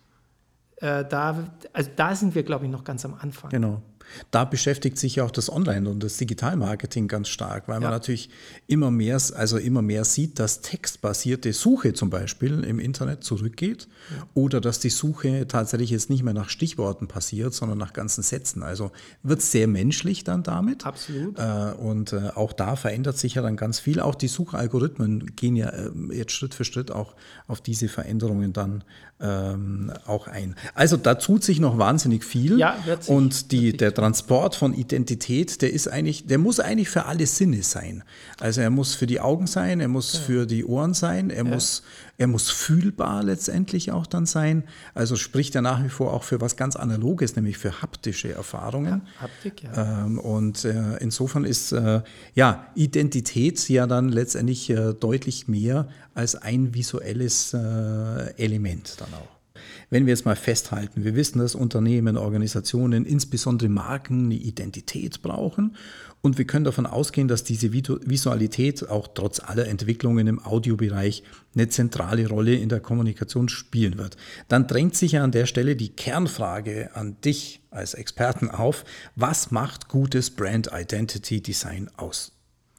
da sind wir, glaube ich, noch ganz am Anfang. Genau. Da beschäftigt sich ja auch das Online- und das Digitalmarketing ganz stark, weil man natürlich immer mehr sieht, dass textbasierte Suche zum Beispiel im Internet zurückgeht oder dass die Suche tatsächlich jetzt nicht mehr nach Stichworten passiert, sondern nach ganzen Sätzen. Also wird es sehr menschlich dann damit. Absolut. Und auch da verändert sich ja dann ganz viel. Auch die Suchalgorithmen gehen ja jetzt Schritt für Schritt auch auf diese Veränderungen dann auch ein. Also da tut sich noch wahnsinnig viel. Ja, und der Transport von Identität, der muss eigentlich für alle Sinne sein. Also er muss für die Augen sein, er muss für die Ohren sein, er muss fühlbar letztendlich auch dann sein. Also spricht er nach wie vor auch für was ganz Analoges, nämlich für haptische Erfahrungen. Haptik, ja. Und insofern ist Identität ja dann letztendlich deutlich mehr als ein visuelles Element dann auch. Wenn wir jetzt mal festhalten, wir wissen, dass Unternehmen, Organisationen, insbesondere Marken eine Identität brauchen und wir können davon ausgehen, dass diese Visualität auch trotz aller Entwicklungen im Audiobereich eine zentrale Rolle in der Kommunikation spielen wird. Dann drängt sich ja an der Stelle die Kernfrage an dich als Experten auf, was macht gutes Brand Identity Design aus?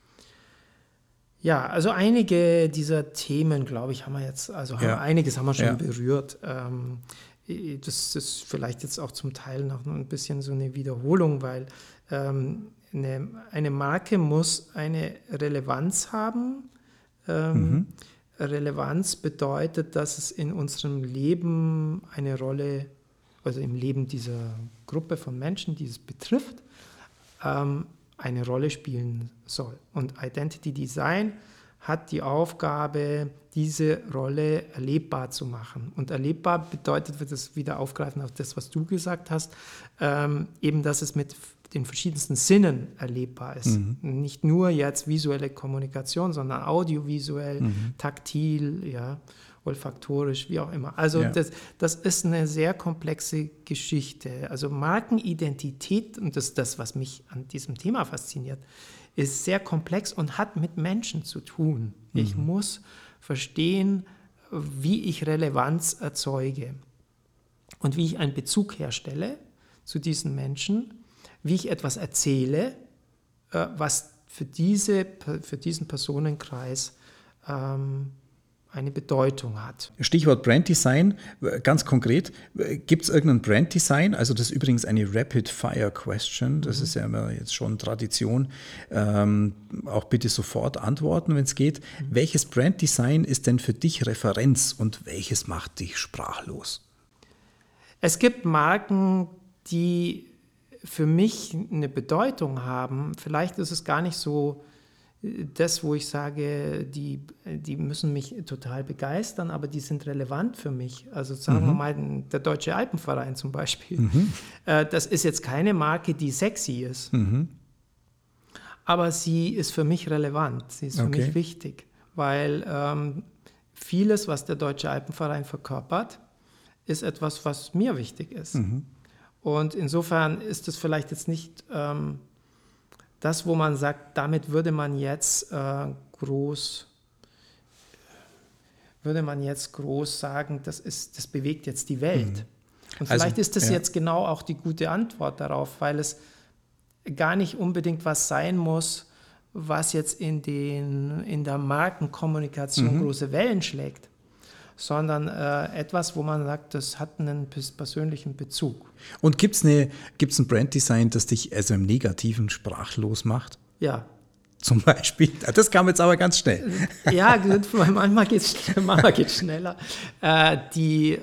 Ja, also einige dieser Themen, glaube ich, einiges haben wir schon berührt. Das ist vielleicht jetzt auch zum Teil noch ein bisschen so eine Wiederholung, weil eine Marke muss eine Relevanz haben. Relevanz bedeutet, dass es in unserem Leben eine Rolle, also im Leben dieser Gruppe von Menschen, die es betrifft, eine Rolle spielen soll. Und Identity Design hat die Aufgabe, diese Rolle erlebbar zu machen. Und erlebbar bedeutet, wir das wieder aufgreifen auf das, was du gesagt hast, eben, dass es mit den verschiedensten Sinnen erlebbar ist. Nicht nur jetzt visuelle Kommunikation, sondern audiovisuell, taktil, ja. olfaktorisch, wie auch immer. Also das ist eine sehr komplexe Geschichte. Also Markenidentität, und das ist das, was mich an diesem Thema fasziniert, ist sehr komplex und hat mit Menschen zu tun. Ich muss verstehen, wie ich Relevanz erzeuge und wie ich einen Bezug herstelle zu diesen Menschen, wie ich etwas erzähle, was für diesen Personenkreis eine Bedeutung hat. Stichwort Branddesign, ganz konkret, gibt es irgendein Branddesign? Also das ist übrigens eine Rapid-Fire-Question, das ist ja immer jetzt schon Tradition. Auch bitte sofort antworten, wenn es geht. Welches Branddesign ist denn für dich Referenz und welches macht dich sprachlos? Es gibt Marken, die für mich eine Bedeutung haben. Vielleicht ist es gar nicht so das, wo ich sage, die müssen mich total begeistern, aber die sind relevant für mich. Also sagen wir mal, der Deutsche Alpenverein zum Beispiel. Das ist jetzt keine Marke, die sexy ist, aber sie ist für mich relevant, sie ist für mich wichtig, weil vieles, was der Deutsche Alpenverein verkörpert, ist etwas, was mir wichtig ist. Und insofern ist es vielleicht jetzt nicht das, wo man sagt, damit würde man jetzt groß sagen, das bewegt jetzt die Welt. Und vielleicht ist das jetzt genau auch die gute Antwort darauf, weil es gar nicht unbedingt was sein muss, was jetzt in der Markenkommunikation große Wellen schlägt, sondern etwas, wo man sagt, das hat einen persönlichen Bezug. Und gibt's ein Branddesign, das dich also im Negativen sprachlos macht? Ja. Zum Beispiel? Das kam jetzt aber ganz schnell. Ja, manchmal geht's schneller. Die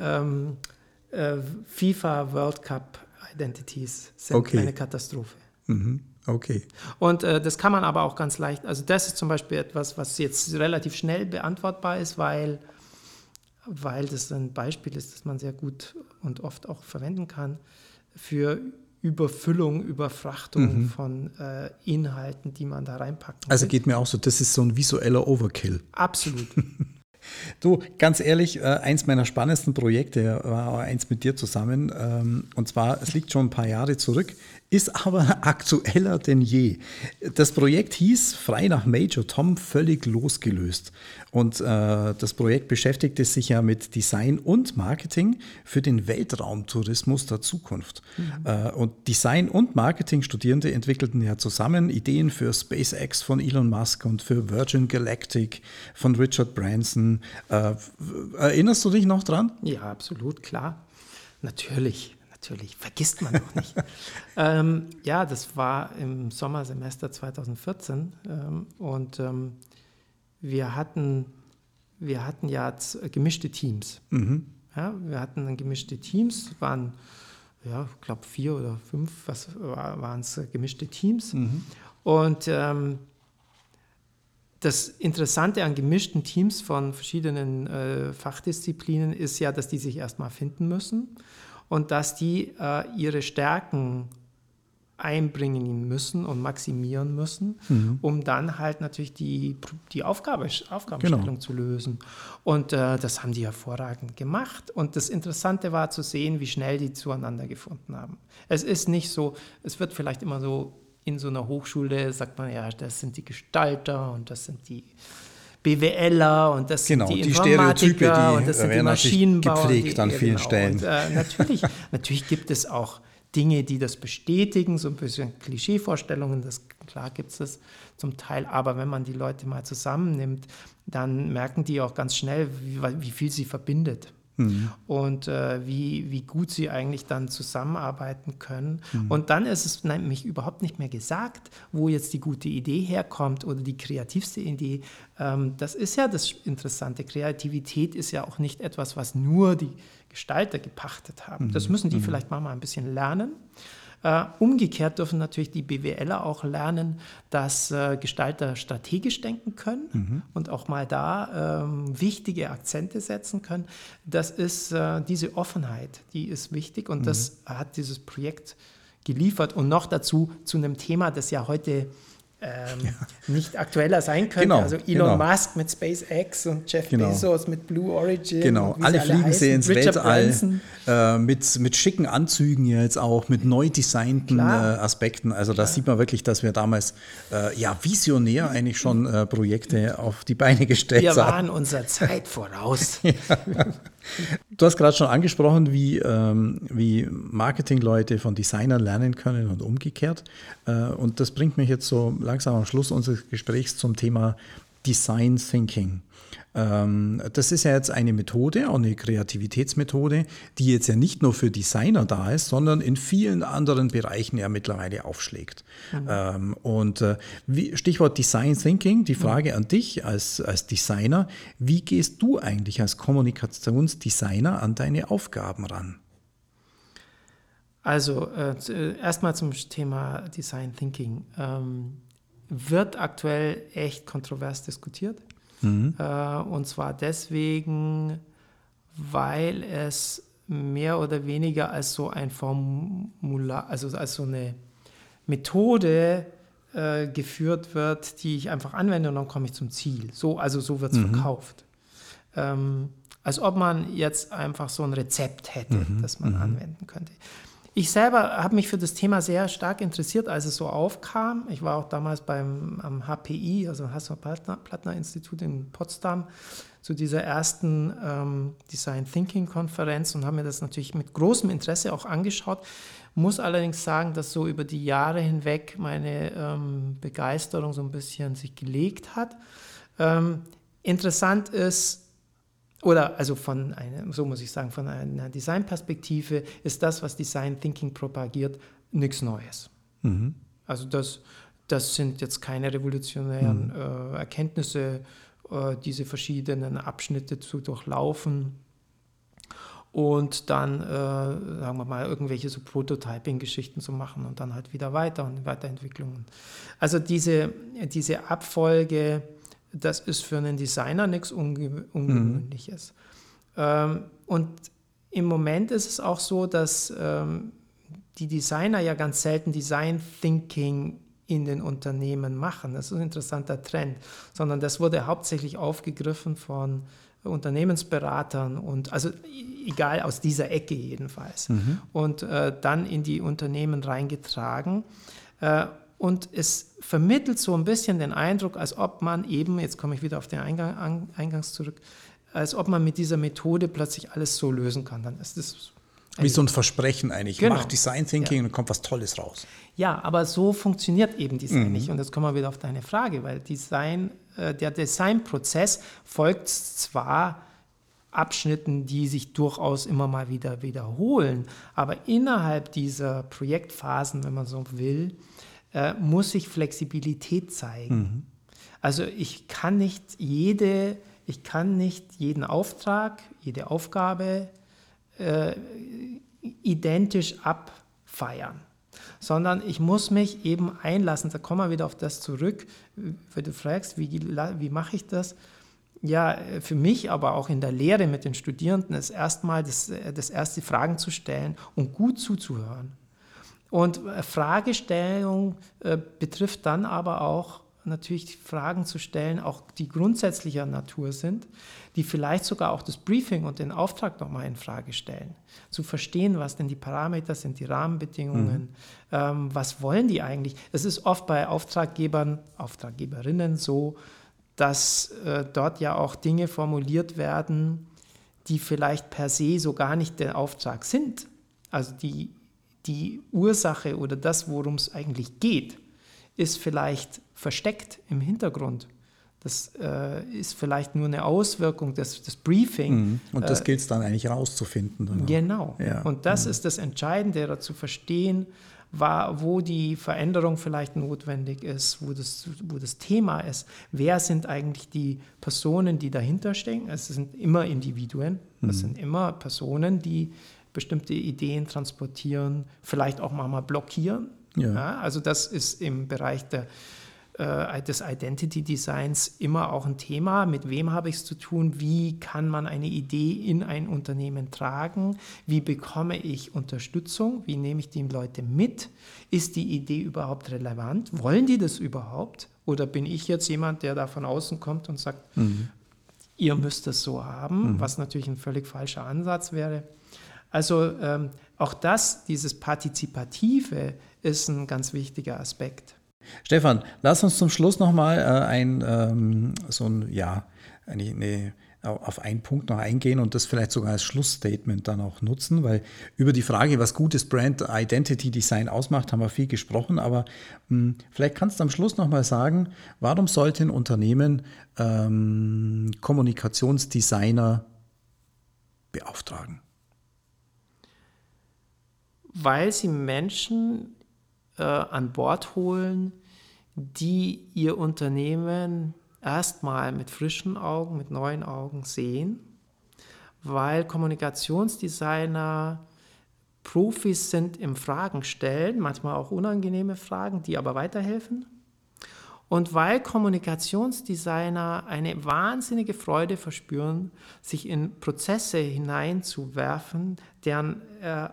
FIFA World Cup Identities sind eine Katastrophe. Okay. Und das kann man aber auch ganz leicht, also das ist zum Beispiel etwas, was jetzt relativ schnell beantwortbar ist, weil das ein Beispiel ist, das man sehr gut und oft auch verwenden kann für Überfüllung, Überfrachtung von Inhalten, die man da reinpacken will. Also geht mir auch so, das ist so ein visueller Overkill. Absolut. Du, ganz ehrlich, eins meiner spannendsten Projekte war eins mit dir zusammen. Und zwar, es liegt schon ein paar Jahre zurück, ist aber aktueller denn je. Das Projekt hieß Frei nach Major Tom, völlig losgelöst. Und das Projekt beschäftigte sich ja mit Design und Marketing für den Weltraumtourismus der Zukunft. Und Design- und Marketing-Studierende entwickelten ja zusammen Ideen für SpaceX von Elon Musk und für Virgin Galactic von Richard Branson. Erinnerst du dich noch dran? Ja, absolut, klar. Natürlich, vergisst man doch nicht. Ja, das war im Sommersemester 2014 und wir hatten ja gemischte Teams. Ja, wir hatten dann gemischte Teams, waren, ja, ich glaube 4 oder 5, waren es gemischte Teams. Und das Interessante an gemischten Teams von verschiedenen Fachdisziplinen ist ja, dass die sich erstmal finden müssen und dass die ihre Stärken einbringen müssen und maximieren müssen, um dann halt natürlich die Aufgabenstellung zu lösen. Und das haben die hervorragend gemacht. Und das Interessante war zu sehen, wie schnell die zueinander gefunden haben. Es ist nicht so, es wird vielleicht immer so, in so einer Hochschule sagt man, ja, das sind die Gestalter und das sind die BWLer und das sind die Informatiker und das sind die Maschinenbauer. Gepflegt an vielen Stellen. Und, natürlich gibt es auch Dinge, die das bestätigen, so ein bisschen Klischeevorstellungen, klar gibt es das zum Teil, aber wenn man die Leute mal zusammennimmt, dann merken die auch ganz schnell, wie viel sie verbindet. Und wie gut sie eigentlich dann zusammenarbeiten können. Und dann ist es nämlich überhaupt nicht mehr gesagt, wo jetzt die gute Idee herkommt oder die kreativste Idee. Das ist ja das Interessante. Kreativität ist ja auch nicht etwas, was nur die Gestalter gepachtet haben. Das müssen die vielleicht mal ein bisschen lernen. Umgekehrt dürfen natürlich die BWLer auch lernen, dass Gestalter strategisch denken können und auch mal da wichtige Akzente setzen können. Das ist diese Offenheit, die ist wichtig und das hat dieses Projekt geliefert und noch dazu zu einem Thema, das ja heute nicht aktueller sein könnte. Genau, also Elon Musk mit SpaceX und Jeff Bezos mit Blue Origin. Genau, alle fliegen sie ins Richard Weltall mit schicken Anzügen jetzt auch, mit neu designten Aspekten. Also da sieht man wirklich, dass wir damals visionär eigentlich schon Projekte auf die Beine gestellt haben. Wir waren unserer Zeit voraus. Du hast gerade schon angesprochen, wie Marketingleute von Designern lernen können und umgekehrt. Und das bringt mich jetzt so langsam am Schluss unseres Gesprächs zum Thema Design Thinking. Das ist ja jetzt eine Methode, auch eine Kreativitätsmethode, die jetzt ja nicht nur für Designer da ist, sondern in vielen anderen Bereichen ja mittlerweile aufschlägt. Stichwort Design Thinking, die Frage an dich als Designer: Wie gehst du eigentlich als Kommunikationsdesigner an deine Aufgaben ran? Also erstmal zum Thema Design Thinking. Wird aktuell echt kontrovers diskutiert. Und zwar deswegen, weil es mehr oder weniger als so ein Formular, also als so eine Methode geführt wird, die ich einfach anwende und dann komme ich zum Ziel. So wird es verkauft. Als ob man jetzt einfach so ein Rezept hätte, das man anwenden könnte. Ich selber habe mich für das Thema sehr stark interessiert, als es so aufkam. Ich war auch damals am HPI, also Hasso-Plattner-Institut in Potsdam, zu dieser ersten Design Thinking Konferenz und habe mir das natürlich mit großem Interesse auch angeschaut. Muss allerdings sagen, dass so über die Jahre hinweg meine Begeisterung so ein bisschen sich gelegt hat. Interessant ist, von einer Designperspektive ist das, was Design Thinking propagiert, nichts Neues. Also das sind jetzt keine revolutionären Erkenntnisse, diese verschiedenen Abschnitte zu durchlaufen und dann, sagen wir mal, irgendwelche so Prototyping-Geschichten zu machen und dann halt wieder weiter und Weiterentwicklungen. Also diese Abfolge, das ist für einen Designer nichts Ungewöhnliches. Und im Moment ist es auch so, dass die Designer ja ganz selten Design Thinking in den Unternehmen machen. Das ist ein interessanter Trend, sondern das wurde hauptsächlich aufgegriffen von Unternehmensberatern und also egal, aus dieser Ecke jedenfalls. Und dann in die Unternehmen reingetragen. Und es vermittelt so ein bisschen den Eindruck, als ob man eben, jetzt komme ich wieder auf den Eingangs zurück, als ob man mit dieser Methode plötzlich alles so lösen kann. Dann ist das wie so ein Versprechen eigentlich. Genau. Mach Design Thinking und dann kommt was Tolles raus. Ja, aber so funktioniert eben Design nicht. Und jetzt kommen wir wieder auf deine Frage, weil der Designprozess folgt zwar Abschnitten, die sich durchaus immer mal wieder wiederholen, aber innerhalb dieser Projektphasen, wenn man so will, muss sich Flexibilität zeigen. Also ich kann nicht jeden Auftrag, jede Aufgabe identisch abfeiern, sondern ich muss mich eben einlassen. Da kommen wir wieder auf das zurück, wenn du fragst, wie mache ich das? Ja, für mich, aber auch in der Lehre mit den Studierenden ist erstmal das erste Fragen zu stellen und gut zuzuhören. Und Fragestellung betrifft dann aber auch natürlich Fragen zu stellen, auch die grundsätzlicher Natur sind, die vielleicht sogar auch das Briefing und den Auftrag nochmal in Frage stellen. Zu verstehen, was denn die Parameter sind, die Rahmenbedingungen, was wollen die eigentlich? Es ist oft bei Auftraggeberinnen so, dass dort ja auch Dinge formuliert werden, die vielleicht per se so gar nicht der Auftrag sind. Also die Ursache oder das, worum es eigentlich geht, ist vielleicht versteckt im Hintergrund. Das ist vielleicht nur eine Auswirkung des Briefing. Und das gilt es dann eigentlich rauszufinden. Dann genau. Ja. Und das ist das Entscheidende, zu verstehen, wo die Veränderung vielleicht notwendig ist, wo das Thema ist. Wer sind eigentlich die Personen, die dahinter stehen? Es sind immer Individuen, es sind immer Personen, die bestimmte Ideen transportieren, vielleicht auch mal blockieren. Ja. Ja, also das ist im Bereich der des Identity Designs immer auch ein Thema. Mit wem habe ich es zu tun? Wie kann man eine Idee in ein Unternehmen tragen? Wie bekomme ich Unterstützung? Wie nehme ich die Leute mit? Ist die Idee überhaupt relevant? Wollen die das überhaupt? Oder bin ich jetzt jemand, der da von außen kommt und sagt, ihr müsst es so haben, was natürlich ein völlig falscher Ansatz wäre. Also auch dieses Partizipative ist ein ganz wichtiger Aspekt. Stefan, lass uns zum Schluss nochmal auf einen Punkt noch eingehen und das vielleicht sogar als Schlussstatement dann auch nutzen, weil über die Frage, was gutes Brand Identity Design ausmacht, haben wir viel gesprochen, aber vielleicht kannst du am Schluss nochmal sagen, warum sollte ein Unternehmen Kommunikationsdesigner beauftragen? Weil sie Menschen an Bord holen, die ihr Unternehmen erstmal mit frischen Augen, mit neuen Augen sehen, weil Kommunikationsdesigner Profis sind im Fragen stellen, manchmal auch unangenehme Fragen, die aber weiterhelfen. Und weil Kommunikationsdesigner eine wahnsinnige Freude verspüren, sich in Prozesse hineinzuwerfen, deren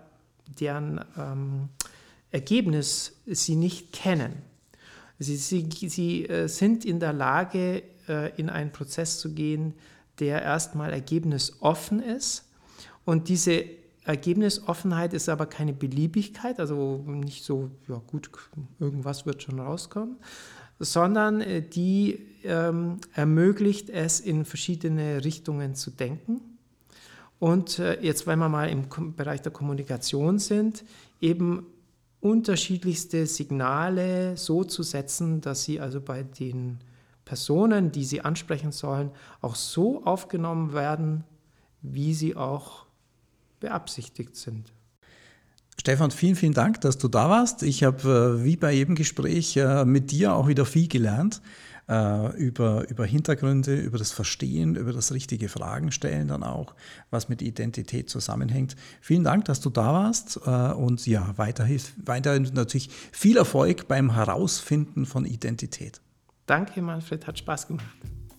Ergebnis sie nicht kennen. Sie sind in der Lage, in einen Prozess zu gehen, der erstmal ergebnisoffen ist. Und diese Ergebnisoffenheit ist aber keine Beliebigkeit, also nicht so, ja gut, irgendwas wird schon rauskommen, sondern die ermöglicht es, in verschiedene Richtungen zu denken. Und jetzt, wenn wir mal im Bereich der Kommunikation sind, eben unterschiedlichste Signale so zu setzen, dass sie also bei den Personen, die sie ansprechen sollen, auch so aufgenommen werden, wie sie auch beabsichtigt sind. Stefan, vielen, vielen Dank, dass du da warst. Ich habe wie bei jedem Gespräch mit dir auch wieder viel gelernt über Hintergründe, über das Verstehen, über das richtige Fragen stellen dann auch, was mit Identität zusammenhängt. Vielen Dank, dass du da warst und ja, weiterhin natürlich viel Erfolg beim Herausfinden von Identität. Danke, Manfred, hat Spaß gemacht.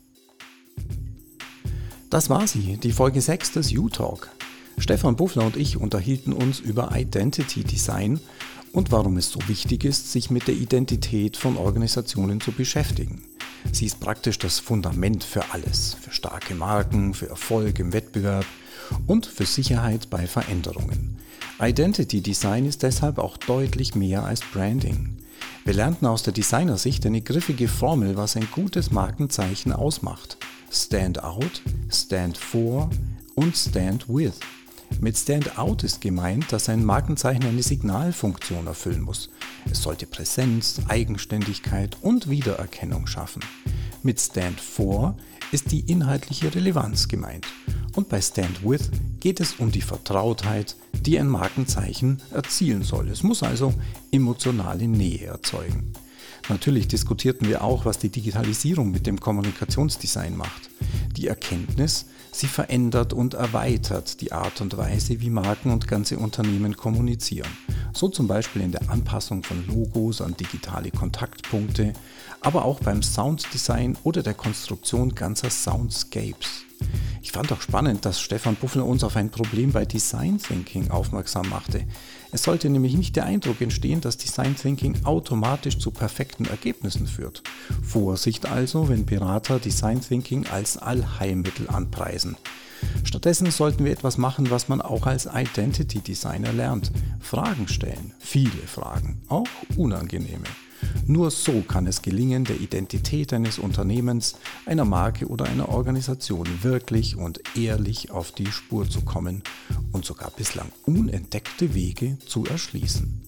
Das war sie, die Folge 6 des U-Talk. Stefan Buffler und ich unterhielten uns über Identity Design und warum es so wichtig ist, sich mit der Identität von Organisationen zu beschäftigen. Sie ist praktisch das Fundament für alles, für starke Marken, für Erfolg im Wettbewerb und für Sicherheit bei Veränderungen. Identity Design ist deshalb auch deutlich mehr als Branding. Wir lernten aus der Designersicht eine griffige Formel, was ein gutes Markenzeichen ausmacht. Stand out, stand for und stand with. Mit Stand Out ist gemeint, dass ein Markenzeichen eine Signalfunktion erfüllen muss. Es sollte Präsenz, Eigenständigkeit und Wiedererkennung schaffen. Mit Stand For ist die inhaltliche Relevanz gemeint. Und bei Stand With geht es um die Vertrautheit, die ein Markenzeichen erzielen soll. Es muss also emotionale Nähe erzeugen. Natürlich diskutierten wir auch, was die Digitalisierung mit dem Kommunikationsdesign macht. Die Erkenntnis, sie verändert und erweitert die Art und Weise, wie Marken und ganze Unternehmen kommunizieren. So zum Beispiel in der Anpassung von Logos an digitale Kontaktpunkte, aber auch beim Sounddesign oder der Konstruktion ganzer Soundscapes. Ich fand auch spannend, dass Stefan Buffler uns auf ein Problem bei Design Thinking aufmerksam machte. Es sollte nämlich nicht der Eindruck entstehen, dass Design Thinking automatisch zu perfekten Ergebnissen führt. Vorsicht also, wenn Berater Design Thinking als Allheilmittel anpreisen. Stattdessen sollten wir etwas machen, was man auch als Identity Designer lernt. Fragen stellen, viele Fragen, auch unangenehme. Nur so kann es gelingen, der Identität eines Unternehmens, einer Marke oder einer Organisation wirklich und ehrlich auf die Spur zu kommen und sogar bislang unentdeckte Wege zu erschließen.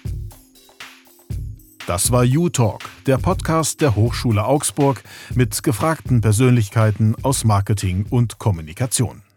Das war U-Talk, der Podcast der Hochschule Augsburg mit gefragten Persönlichkeiten aus Marketing und Kommunikation.